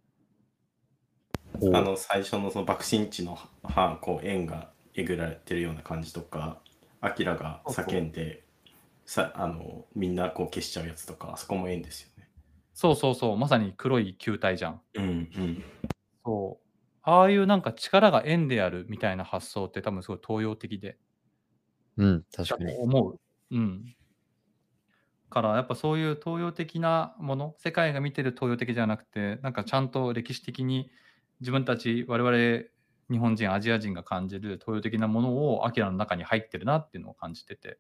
Speaker 3: ほう
Speaker 2: あの、最初のその爆心地のはこう円がえぐられてるような感じとか、アキラが叫んで、さあのみんなこう消しちゃうやつとか、あそこも円ですよね。
Speaker 1: そうそうそう、まさに黒い球体じゃん。
Speaker 2: うんうん。
Speaker 1: そう。ああいうなんか力が円であるみたいな発想って多分すごい東洋的で、
Speaker 3: うん、
Speaker 1: だと
Speaker 3: 確かに。
Speaker 1: 思う。うん。からやっぱそういう東洋的なもの、世界が見てる東洋的じゃなくて、なんかちゃんと歴史的に自分たち我々日本人、アジア人が感じる東洋的なものをアキラの中に入ってるなっていうのを感じてて。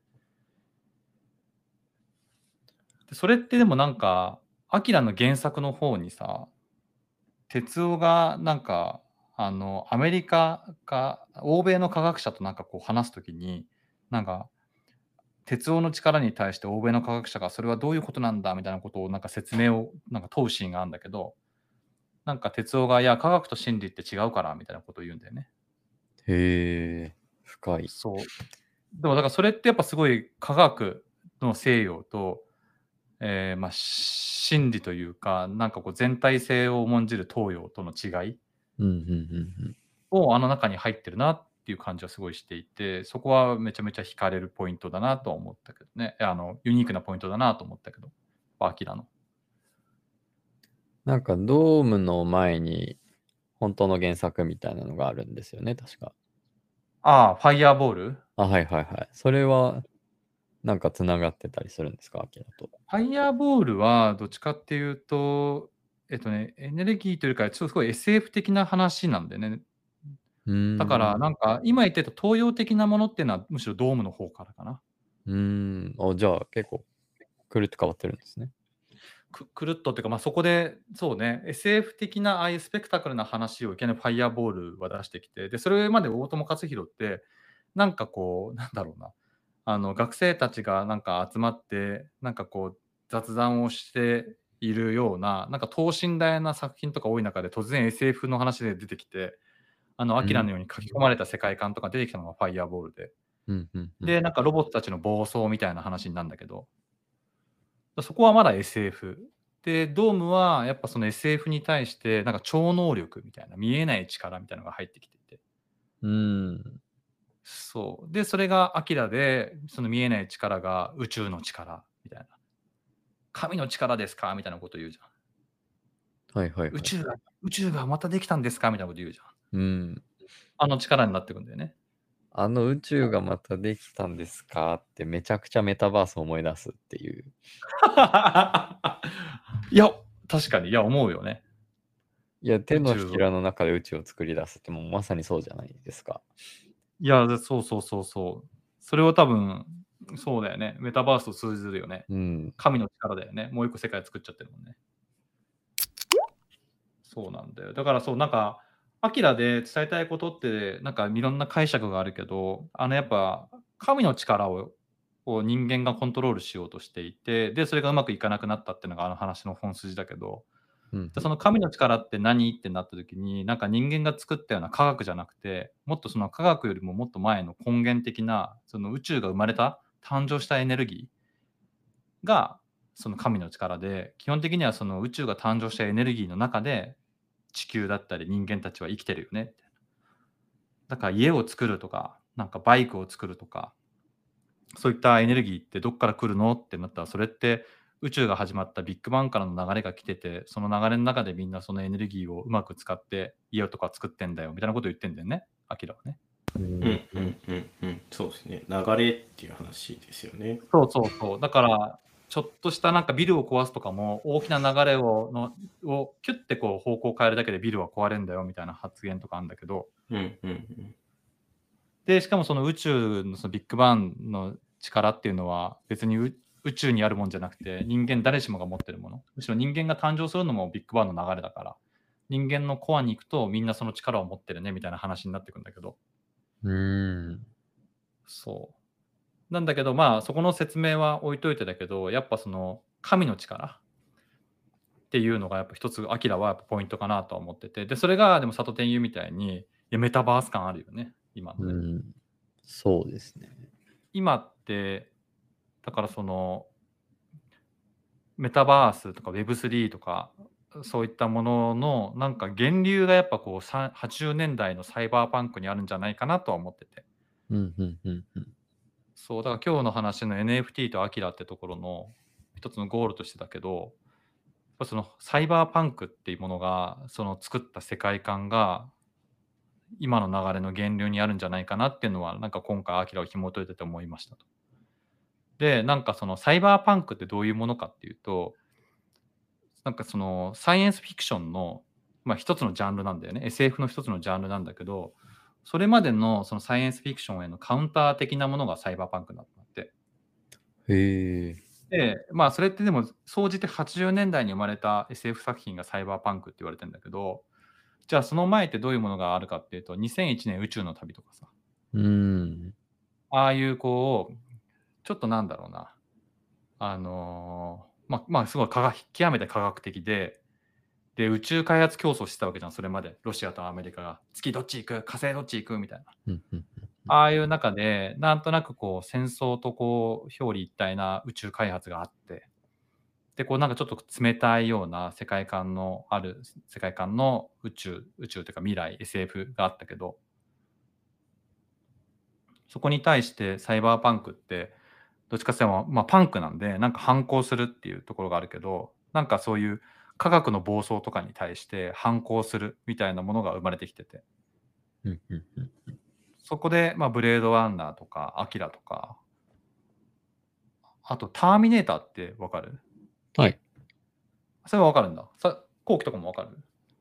Speaker 1: で、それってでもなんか、アキラの原作の方にさ、哲夫がなんか、あの、アメリカか欧米の科学者となんかこう話すときに、なんか、哲夫の力に対して欧米の科学者がそれはどういうことなんだみたいなことをなんか説明をなんか問うシーンがあるんだけど、なんか哲夫がいや科学と真理って違うからみたいなことを言うんだよね。
Speaker 3: へえ、深い。
Speaker 1: そう。でもだからそれってやっぱすごい科学の西洋と、えーまあ真理というか、なんかこう全体性を重んじる東洋との違い
Speaker 3: うんうんうん
Speaker 1: をあの中に入ってるなっていう感じはすごいしていて、そこはめちゃめちゃ惹かれるポイントだなとは思ったけどね。あのユニークなポイントだなと思ったけど、アキラの。
Speaker 3: なんかドームの前に本当の原作みたいなのがあるんですよね、確か。
Speaker 1: ああ、ファイヤーボール。
Speaker 3: あ、はいはいはい。それはなんかつながってたりするんですか、アキラと。
Speaker 1: ファイヤーボールはどっちかっていうと、えっとね、エネルギーというか、ちょっとすごい エスエフ 的な話なんでね。
Speaker 3: うーん。
Speaker 1: だからなんか今言ってた東洋的なものっていうのはむしろドームの方からかな。
Speaker 3: うーん。あ、じゃあ結構くるって変わってるんですね。
Speaker 1: くくるっとっていうか、まあ、そこでそうね、エスエフ 的なああいうスペクタクルな話をいきなりファイヤーボールは出してきて、で、それまで大友克洋って、なんかこう、なんだろうな、あの、学生たちがなんか集まって、なんかこう、雑談をしているような、なんか等身大な作品とか多い中で、突然 エスエフ の話で出てきて、 あの、ア
Speaker 3: うん
Speaker 1: キラのように書き込まれた世界観とか出てきたのがファイアボールで。
Speaker 3: うんうんうん。
Speaker 1: で、なんかロボットたちの暴走みたいな話になるんだけど、そこはまだ エスエフ。で、ドームはやっぱその エスエフ に対して、なんか超能力みたいな、見えない力みたいなのが入ってきていて。
Speaker 3: うーん。
Speaker 1: そう。で、それがアキラで、その見えない力が宇宙の力みたいな。神の力ですかみたいなこと言うじゃん。
Speaker 3: はいはいはい。
Speaker 1: 宇宙が、宇宙がまたできたんですかみたいなこと言うじゃん。
Speaker 3: うん。
Speaker 1: あの力になってくんだよね。
Speaker 3: あの宇宙がまたできたんですかってめちゃくちゃメタバースを思い出すっていう。
Speaker 1: いや、確かに、いや、思うよね。
Speaker 3: いや、手の
Speaker 1: 宇宙を
Speaker 3: ひらの中で宇宙を作り出すってもうまさにそうじゃないですか。
Speaker 1: いや、そうそうそうそう。それは多分、そうだよね。メタバースと通じるよね。
Speaker 3: うん。
Speaker 1: 神の力だよね。もう一個世界作っちゃってるもんね。そうなんだよ。だからそう、なんか、アキラで伝えたいことって、なんかいろんな解釈があるけど、あのやっぱ、神の力をを人間がコントロールしようとしていて、で、それがうまくいかなくなったっていうのがあの話の本筋だけど、
Speaker 3: うん
Speaker 1: でその神の力って何ってなった時に、なんか人間が作ったような科学じゃなくて、もっとその科学よりももっと前の根源的な、その宇宙が生まれた、誕生したエネルギーが、その神の力で、基本的にはその宇宙が誕生したエネルギーの中で、地球だったり人間たちは生きてるよねみたいな。だから家を作るとか、なんかバイクを作るとか、そういったエネルギーってどっから来るのってなったら、それって宇宙が始まったビッグバンからの流れが来てて、その流れの中でみんなそのエネルギーをうまく使って家とか作ってんだよみたいなことを言ってんだよね、アキラはね。
Speaker 3: うん
Speaker 2: うんうんうんうん。そうですね。流れっていう話ですよね。
Speaker 1: そうそうそう。だから、ちょっとしたなんかビルを壊すとかも、大きな流れをのをキュッてこう方向を変えるだけでビルは壊れるんだよみたいな発言とかあるんだけど、
Speaker 2: うんうんうん。
Speaker 1: で、しかもその宇宙のそのビッグバンの力っていうのは別にう宇宙にあるもんじゃなくて、人間誰しもが持ってるもの。むしろ人間が誕生するのもビッグバンの流れだから、人間のコアに行くとみんなその力を持ってるねみたいな話になってくんだけど、
Speaker 3: うーん。
Speaker 1: そう。なんだけど、まあそこの説明は置いといてだけど、やっぱその神の力っていうのがやっぱ一つ、アキラはやっぱポイントかなとは思ってて、で、それがでもサトテンユみたいに、いやメタバース感あるよね、今のね。
Speaker 3: うん。そうですね。
Speaker 1: 今ってだからそのメタバースとか ウェブスリー とかそういったもののなんか源流がやっぱこうさんはちじゅうねんだいのサイバーパンクにあるんじゃないかなとは思ってて、
Speaker 3: うんうんうんうん。
Speaker 1: そうだから今日の話の エヌエフティー とアキラってところの一つのゴールとしてだけど、やっぱそのサイバーパンクっていうものがその作った世界観が今の流れの源流にあるんじゃないかなっていうのはなんか今回アキラを紐解いてて思いましたと。で、なんかそのサイバーパンクってどういうものかっていうと、なんかそのサイエンスフィクションの、まあ、一つのジャンルなんだよね。エスエフ の一つのジャンルなんだけど、それまでのそのサイエンスフィクションへのカウンター的なものがサイバーパンクだったって。
Speaker 3: へえ。
Speaker 1: で、まあそれってでも総じてはちじゅうねんだいに生まれた エスエフ 作品がサイバーパンクって言われてるんだけど、じゃあその前ってどういうものがあるかっていうと、にせんいちねん宇宙の旅とかさ、
Speaker 3: うーん。
Speaker 1: ああいうこう、ちょっとなんだろうな、あのーまあ、まあすごい科学極めて科学的で、で、宇宙開発競争してたわけじゃん、それまで。ロシアとアメリカが。月どっち行く火星どっち行くみたいな。
Speaker 3: うんうん
Speaker 1: ああいう中で、なんとなくこう、戦争とこう、表裏一体な宇宙開発があって、で、こうなんかちょっと冷たいような世界観のある、世界観の宇宙、宇宙というか未来、エスエフ があったけど、そこに対してサイバーパンクって、どっちかっていうと、まあパンクなんで、なんか反抗するっていうところがあるけど、なんかそういう科学の暴走とかに対して反抗するみたいなものが生まれてきてて、
Speaker 3: うんうんうん。
Speaker 1: そこで、まあ、ブレードランナーとか、アキラとか、あと、ターミネーターってわかる？
Speaker 3: はい。
Speaker 1: それはわかるんだ。さ、後期とかもわかる？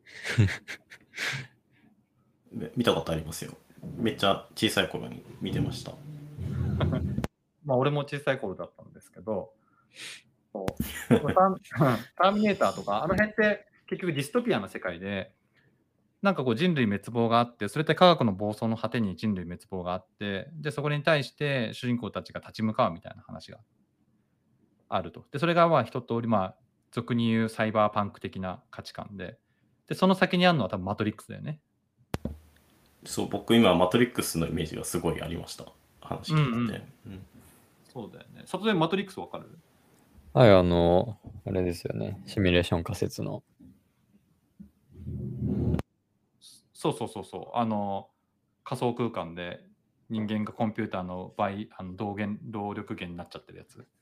Speaker 2: で見たことありますよ。めっちゃ小さい頃に見てました。
Speaker 1: まあ、俺も小さい頃だったんですけど、そうターターミネーターとか、あの辺って結局ディストピアな世界で、なんかこう人類滅亡があって、それって科学の暴走の果てに人類滅亡があって、で、そこに対して主人公たちが立ち向かうみたいな話があると。で、それがまあ一通り、まあ、俗に言うサイバーパンク的な価値観で、で、その先にあるのは多分マトリックスだよね。
Speaker 2: そう、僕今マトリックスのイメージがすごいありました。話聞いてて。
Speaker 1: うんうん
Speaker 2: うん
Speaker 1: そうだよね。里でマトリックスわかる？
Speaker 3: はい、あの、あれですよね。シミュレーション仮説の。
Speaker 1: そうそうそうそう。あの、仮想空間で人間がコンピューターの倍、あの動源、動力源になっちゃってるやつ。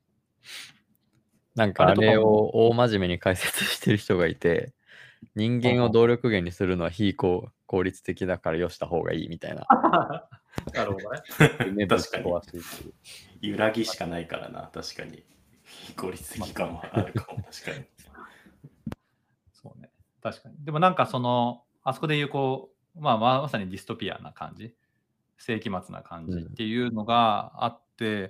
Speaker 3: なんかあ
Speaker 1: あれとかも、
Speaker 3: れを大真面目に解説してる人がいて、人間を動力源にするのは非効効率的だからよした方がいいみたいな。
Speaker 1: なるほどね。
Speaker 3: 夢ぶっ
Speaker 2: 確かに。
Speaker 3: 壊しいっていう。
Speaker 2: 揺らぎしかないからな、確かに。非効率的感はあるかも、確かに。
Speaker 1: そうね。確かに。でもなんかその、あそこで言うこう、まあまあまさにディストピアな感じ、世紀末な感じっていうのがあって、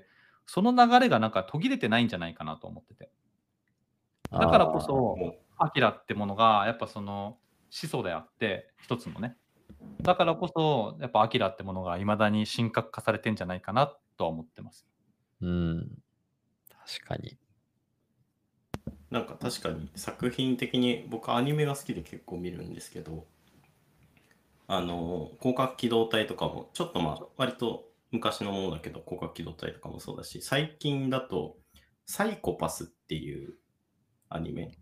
Speaker 1: その流れがなんか途切れてないんじゃないかなと思ってて。だからこ
Speaker 3: あ
Speaker 1: そ、
Speaker 2: も
Speaker 1: アキラってものがやっぱその始祖であって、一つのね。だからこそ、やっぱアキラってものが未だに神格化されてんじゃないかなとは思ってます。
Speaker 3: ーうん。確かに。
Speaker 2: なんか確かに作品的に僕アニメが好きで結構見るんですけど、あの広角機動隊とかもちょっとまあ割と昔のものだけど、広角機動隊とかもそうだし、最近だとサイコパスっていうアニメ、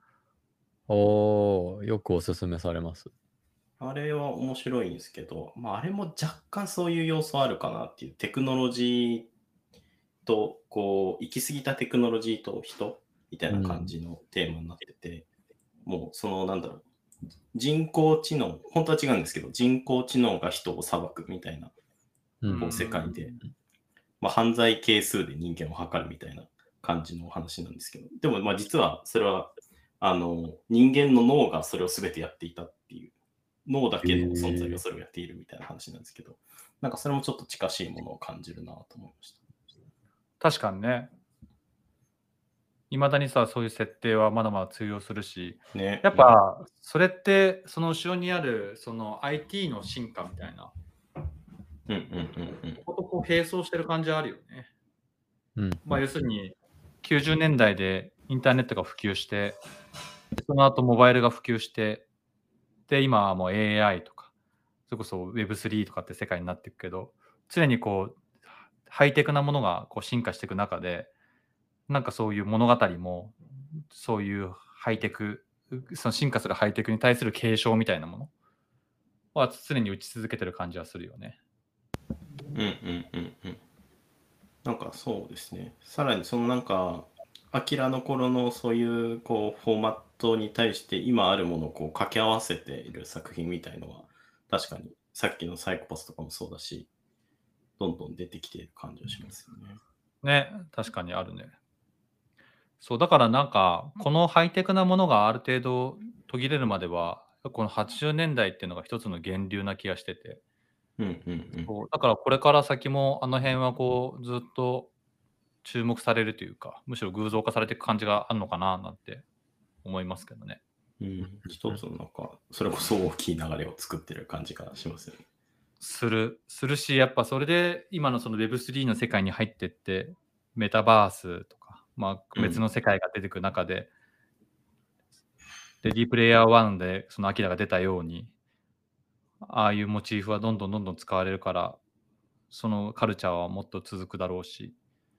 Speaker 3: おー、よくおすすめされます。
Speaker 2: あれは面白いんですけど、まああれも若干そういう要素あるかなっていう、テクノロジーとこう行き過ぎたテクノロジーと人みたいな感じのテーマになってて、もうそのなんだろう、人工知能、本当は違うんですけど、人工知能が人を裁くみたいな
Speaker 3: うん
Speaker 2: こう世界で、まあ、犯罪係数で人間を測るみたいな感じのお話なんですけど、でもまあ実はそれはあの人間の脳がそれを全てやっていたっていう、脳だけの存在がそれをやっているみたいな話なんですけど、なんかそれもちょっと近しいものを感じるなと思いました。
Speaker 1: 確かにね。いまだにさ、そういう設定はまだまだ通用するし、
Speaker 2: ね、
Speaker 1: やっぱそれってその後ろにあるその アイティー の進化みたいな
Speaker 2: うんうんうんうん
Speaker 1: こととこう並走してる感じあるよね。
Speaker 3: うん。
Speaker 1: まあ要するにきゅうじゅうねんだいでインターネットが普及して、その後モバイルが普及して、で今はもう エーアイ とか、それこそ ウェブスリー とかって世界になっていくけど、常にこうハイテクなものがこう進化していく中で、なんかそういう物語もそういうハイテク、その進化するハイテクに対する継承みたいなものは常に打ち続けてる感じはするよね。
Speaker 2: うんうんうんうん。なんかそうですね。さらにそのなんか、アキラの頃のそういうこうフォーマットに対して今あるものをこう掛け合わせている作品みたいのは、確かにさっきのサイコパスとかもそうだし、どんどん出てきている感じがしますよね。
Speaker 1: ね、確かにあるね。そう、だからなんか、このハイテクなものがある程度途切れるまでは、このはちじゅうねんだいっていうのが一つの源流な気がしてて、
Speaker 2: うんうんうん。
Speaker 1: そう、だからこれから先もあの辺はこうずっと注目されるというか、むしろ偶像化されていく感じがあるのかななんて思いますけどね。
Speaker 2: うん、一つのなんか、それこそ大きい流れを作ってる感じがしますよね。
Speaker 1: する、するし、やっぱそれで今のその ウェブスリー の世界に入ってって、メタバースとか、まあ、別の世界が出てくる中で、レディープレイヤーワンでそのアキラが出たように、ああいうモチーフはどんどんどんどん使われるから、そのカルチャーはもっと続くだろうし、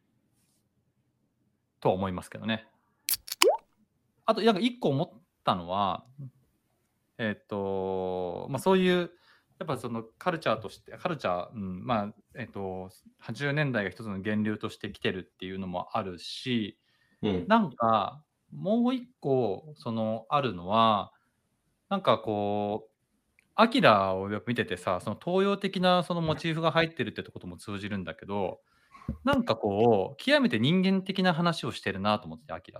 Speaker 1: とは思いますけどね。あと、なんか一個思ったのは、えっと、まあ、そういう、やっぱそのカルチャーとして、カルチャー、うん、まあ、えっと、はちじゅうねんだいが一つの源流として来てるっていうのもあるし、
Speaker 2: うん。
Speaker 1: なんか、もう一個、その、あるのは、なんかこう、アキラをよく見ててさ、その東洋的なそのモチーフが入ってるってとことも通じるんだけど、なんかこう、極めて人間的な話をしてるなと思ってて、アキラって。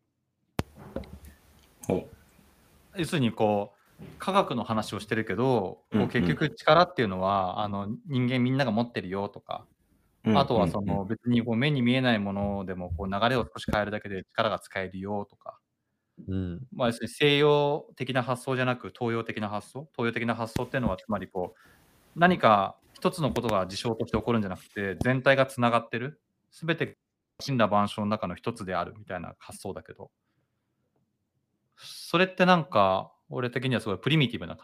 Speaker 2: ほ
Speaker 1: 要するにこう、科学の話をしてるけど、
Speaker 2: うんう
Speaker 1: こうん結局力っていうのは、あの、人間みんなが持ってるよとか、
Speaker 2: う。
Speaker 1: あとはそ
Speaker 2: うんうん
Speaker 1: の別にこう目に見えないものでもこう流れを少し変えるだけで力が使えるよとか、
Speaker 3: うん。
Speaker 1: まあ、要するに西洋的な発想じゃなく東洋的な発想、東洋的な発想っていうのはつまりこう、何か一つのことが事象として起こるんじゃなくて、全体がつながってる、すべて森羅万象の中の一つであるみたいな発想だけど、それってなんか、俺的にはすごいプリミティブな感じ。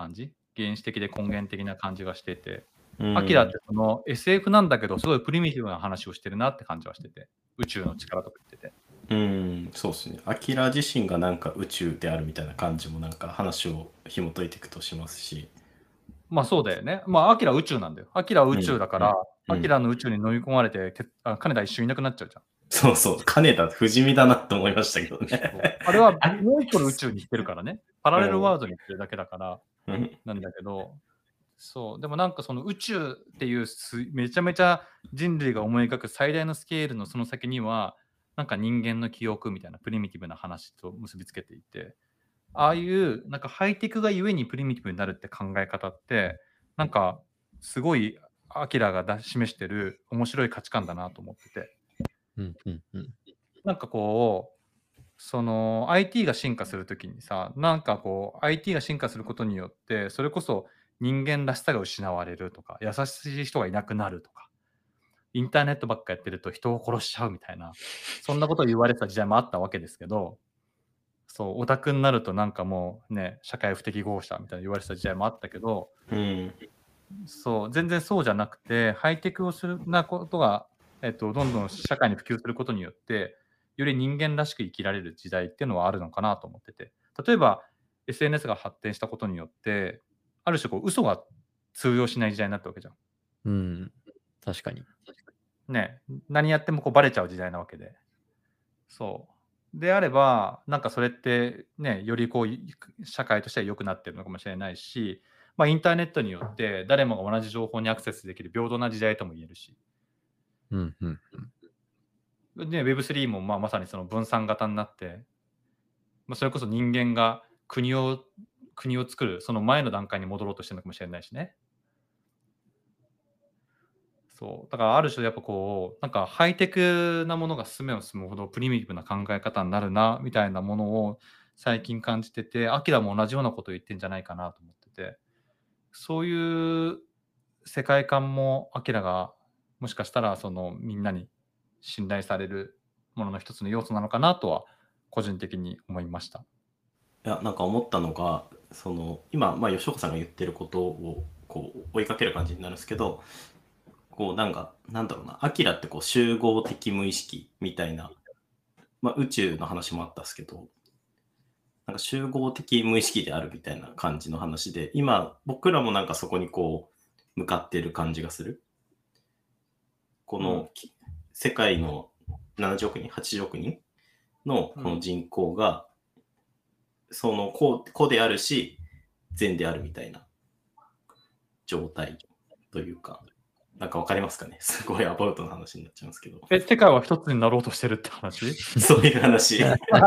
Speaker 1: 原始的で根源的な感じがしてて、
Speaker 2: うん
Speaker 1: アキラってその エスエフ なんだけど、すごいプリミティブな話をしてるなって感じはしてて、宇宙の力とか言ってて。
Speaker 2: うんそうですね。アキラ自身がなんか宇宙であるみたいな感じもなんか話を紐解いていくとしますし。
Speaker 1: まあそうだよね。まあアキラは宇宙なんだよ。アキラは宇宙だから、
Speaker 2: うん
Speaker 1: アキラの宇宙に飲み込まれて、てあ金田一瞬いなくなっちゃうじゃん。
Speaker 2: そうそう、金田不死身だなって思いましたけど
Speaker 1: そう
Speaker 2: ね。
Speaker 1: あれはもう一個の宇宙に行ってるからね。パラレルワールドに行ってるだけだから、
Speaker 2: うん
Speaker 1: なんだけど、そう、でもなんかその宇宙っていうすめちゃめちゃ人類が思い描く最大のスケールのその先には、なんか人間の記憶みたいなプリミティブな話と結びつけていて、ああいうなんかハイテクがゆえにプリミティブになるって考え方って、なんかすごいアキラが出し示してる面白い価値観だなと思ってて、
Speaker 3: うんうんうん。
Speaker 1: なんかこう、その アイティー が進化するときにさ、なんかこう アイティー が進化することによって、それこそ人間らしさが失われるとか、優しい人がいなくなるとか、インターネットばっかやってると人を殺しちゃうみたいな、そんなことを言われてた時代もあったわけですけど、そう、オタクになるとなんかもうね、社会不適合者みたいな言われてた時代もあったけど、
Speaker 2: うん
Speaker 1: そう、全然そうじゃなくて、ハイテクをするなことが、えっと、どんどん社会に普及することによって、より人間らしく生きられる時代っていうのはあるのかなと思ってて、例えば エスエヌエス が発展したことによって、ある種こう嘘が通用しない時代になったわけじゃん。
Speaker 3: うん。確かに。
Speaker 1: ね、何やってもこうバレちゃう時代なわけで。そう。であれば、なんかそれってね、よりこうい社会としては良くなってるのかもしれないし、まあ、インターネットによって誰もが同じ情報にアクセスできる平等な時代とも言えるし、
Speaker 3: うんうん。
Speaker 1: で ウェブスリー もまあまさにその分散型になって、まあ、それこそ人間が国を国を作るその前の段階に戻ろうとしてるのかもしれないしね。そうだからある種やっぱこうなんかハイテクなものが進めば進むほどプリミティブな考え方になるなみたいなものを最近感じてて、アキラも同じようなことを言ってんじゃないかなと思ってて、そういう世界観もアキラがもしかしたらそのみんなに信頼されるものの一つの要素なのかなとは個人的に思いました。
Speaker 2: いやなんか思ったのがその今、まあ、吉岡さんが言ってることをこう追いかける感じになるんですけど、こうなんかなんだろうな、アキラってこう集合的無意識みたいな、まあ、宇宙の話もあったんですけど、なんか集合的無意識であるみたいな感じの話で、今僕らもなんかそこにこう向かってる感じがする。この、
Speaker 1: うん
Speaker 2: き世界のななじゅうおくにんはちじゅうおくにんのこの人口が、そのこうこうであるし善であるみたいな状態というか、なんかわかりますかね。すごいアバウトな話になっちゃいますけど。
Speaker 1: え、世界は一つになろうとしてるって話
Speaker 2: そういう話。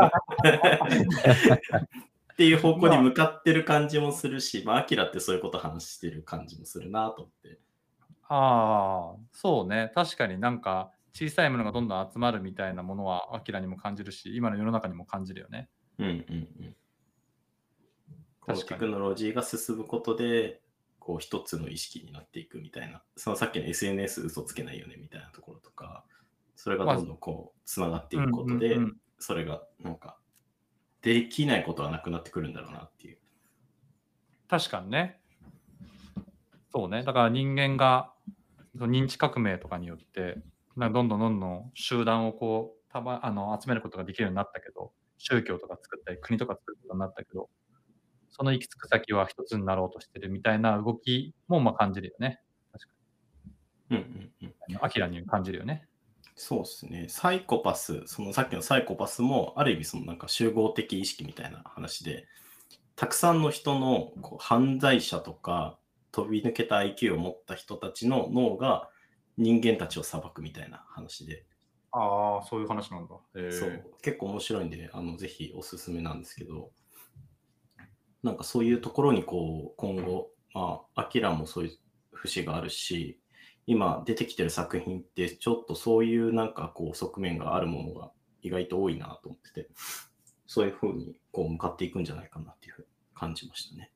Speaker 2: っていう方向に向かってる感じもするし、まあ、アキラってそういうこと話してる感じもするなと思って。
Speaker 1: ああ、そうね。確かになんか小さいものがどんどん集まるみたいなものはアキラにも感じるし、今の世の中にも感じるよね。
Speaker 2: うんうんうん。この
Speaker 1: 確かに
Speaker 2: テクノロジーが進むことで、こう一つの意識になっていくみたいな、そのさっきの エスエヌエス 嘘つけないよねみたいなところとか、それがどんどんこうつながっていくことで、
Speaker 1: うんうんうん
Speaker 2: それがなんかできないことはなくなってくるんだろうなっていう。
Speaker 1: 確かにね。そうね。だから人間がその認知革命とかによってなんかどんどんどんどん集団をこうたまあの集めることができるようになったけど、宗教とか作ったり国とか作ることになったけど、その行き着く先は一つになろうとしてるみたいな動きもまあ感じるよね。確か
Speaker 2: うんうんうん。
Speaker 1: に。アキラに感じるよね。
Speaker 2: そうですね。サイコパス、そのさっきのサイコパスも、ある意味そのなんか集合的意識みたいな話で、たくさんの人のこう犯罪者とか飛び抜けた アイキュー を持った人たちの脳が人間たちを裁くみたいな話で、
Speaker 1: ああ、そういう話なんだ。へ
Speaker 2: そう結構面白いんで、あのぜひおすすめなんですけど、なんかそういうところにこう今後、まあ、アキラもそういう節があるし、今出てきてる作品ってちょっとそういうなんかこう側面があるものが意外と多いなと思ってて、そういう風にこう向かっていくんじゃないかなっていうふうに感じましたね。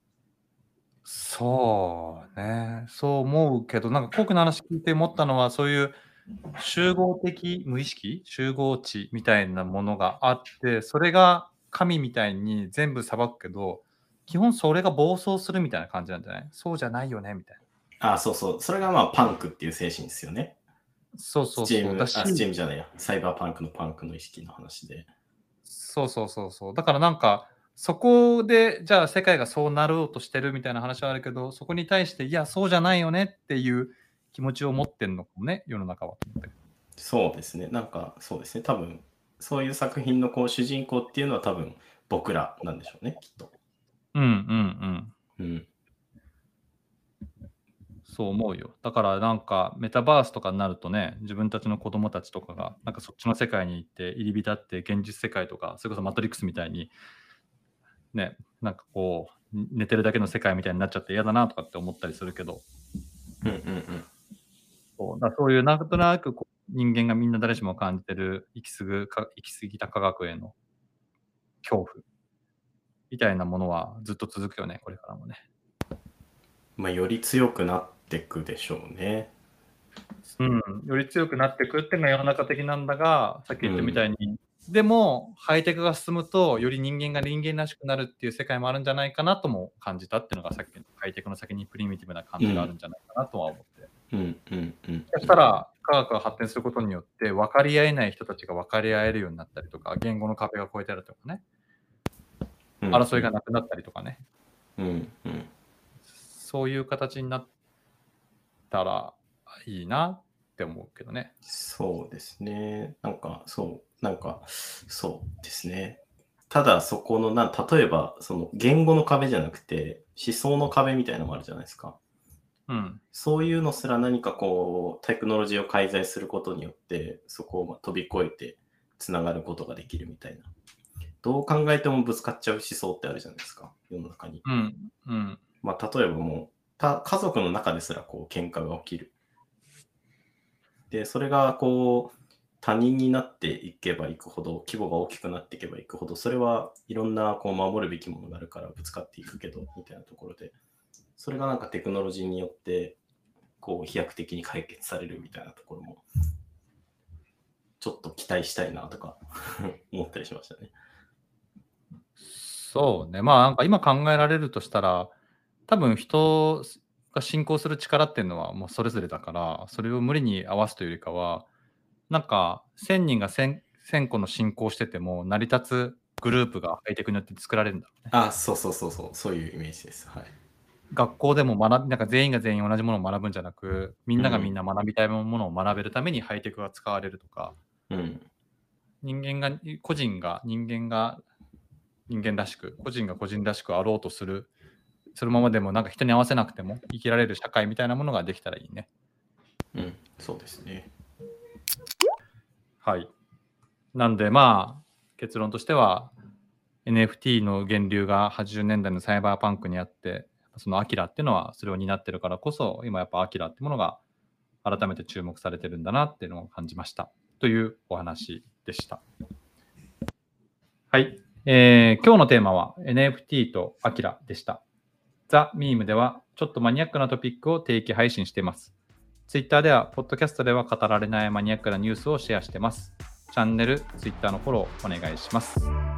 Speaker 1: そうね。そう思うけど、なんかコウ君の話聞いて思ったのは、そういう集合的無意識、集合値みたいなものがあって、それが神みたいに全部裁くけど、 基本それが暴走するみたいな感じなんじゃない？そうじゃないよねみたいな。
Speaker 2: あ、そうそう。それがまあパンクっていう精神ですよね。
Speaker 1: そうそう
Speaker 2: スチーム、あ、
Speaker 1: そうだし、
Speaker 2: スチームじゃないや。サイバーパンクのパンクの意識の話で。
Speaker 1: そうそうそうそう。だからなんか、そこで、じゃあ世界がそうなろうとしてるみたいな話はあるけど、そこに対して、いや、そうじゃないよねっていう気持ちを持ってんのかもね、世の中は。
Speaker 2: そうですね。なんかそうですね。多分、そういう作品のこう主人公っていうのは多分僕らなんでしょうね、きっと。
Speaker 1: うんうんうん。
Speaker 2: うん。
Speaker 1: そう思うよ。だからなんかメタバースとかになるとね、自分たちの子供たちとかがなんかそっちの世界に行って入り浸って現実世界とか、それこそマトリックスみたいにね、なんかこう寝てるだけの世界みたいになっちゃって嫌だなとかって思ったりするけど、
Speaker 2: うんうんうん。
Speaker 1: そうだそういうなんとなくこう人間がみんな誰しも感じてる行き過ぐか行き過ぎた科学への恐怖みたいなものはずっと続くよね、これからもね。
Speaker 2: まあ、より強くなっていくでしょうね。
Speaker 1: うん、より強くなっていくっていうのが世の中的なんだが、さっき言ったみたいに、うん、でもハイテクが進むとより人間が人間らしくなるっていう世界もあるんじゃないかなとも感じたっていうのがさっきのハイテクの先にプリミティブな感じがあるんじゃないかなとは思って、
Speaker 2: うんうんうん、
Speaker 1: そしたら科学が発展することによって分かり合えない人たちが分かり合えるようになったりとか、言語の壁が越えたりとかね、うん、争いがなくなったりとかね、
Speaker 2: うんうん、
Speaker 1: そういう形になったらいいなって思うけどね。
Speaker 2: そうですね。なんかそうなんかそうですね。ただそこのな例えばその言語の壁じゃなくて思想の壁みたいなのもあるじゃないですか。
Speaker 1: うん、
Speaker 2: そういうのすら何かこうテクノロジーを介在することによってそこをまあ飛び越えてつながることができるみたいな。どう考えてもぶつかっちゃう思想ってあるじゃないですか、世の中に。
Speaker 1: うんうん、
Speaker 2: まあ例えばもうた家族の中ですらこう喧嘩が起きる。でそれがこう他人になっていけばいくほど規模が大きくなっていけばいくほどそれはいろんなこう守るべきものがあるからぶつかっていくけどみたいなところで、それがなんかテクノロジーによってこう飛躍的に解決されるみたいなところもちょっと期待したいなとか思ったりしましたね。
Speaker 1: そうね、まあなんか今考えられるとしたら、多分人が信仰する力っていうのはもうそれぞれだから、それを無理に合わすというよりかは、なんかせんにんがせん個の信仰してても成り立つグループがハイテクによって作られるんだろうね。
Speaker 2: あ、そうそうそうそう、そういうイメージです。はい。
Speaker 1: 学校でも学び、なんか全員が全員同じものを学ぶんじゃなく、みんながみんな学びたいものを学べるためにハイテクが使われるとか、
Speaker 2: うん、
Speaker 1: 人間が、個人が人間が人間らしく、個人が個人らしくあろうとする、そのままでもなんか人に合わせなくても生きられる社会みたいなものができたらいいね。
Speaker 2: うん、そうですね。
Speaker 1: はい。なんでまあ結論としては エヌエフティー の源流がはちじゅうねんだいのサイバーパンクにあって、そのアキラっていうのはそれを担ってるからこそ、今やっぱアキラってものが改めて注目されてるんだなっていうのを感じましたというお話でした。はい。えー、今日のテーマは エヌエフティー とアキラでした。ザ・ミームではちょっとマニアックなトピックを定期配信しています。Twitter では、ポッドキャストでは語られないマニアックなニュースをシェアしています。チャンネル、Twitter のフォローお願いします。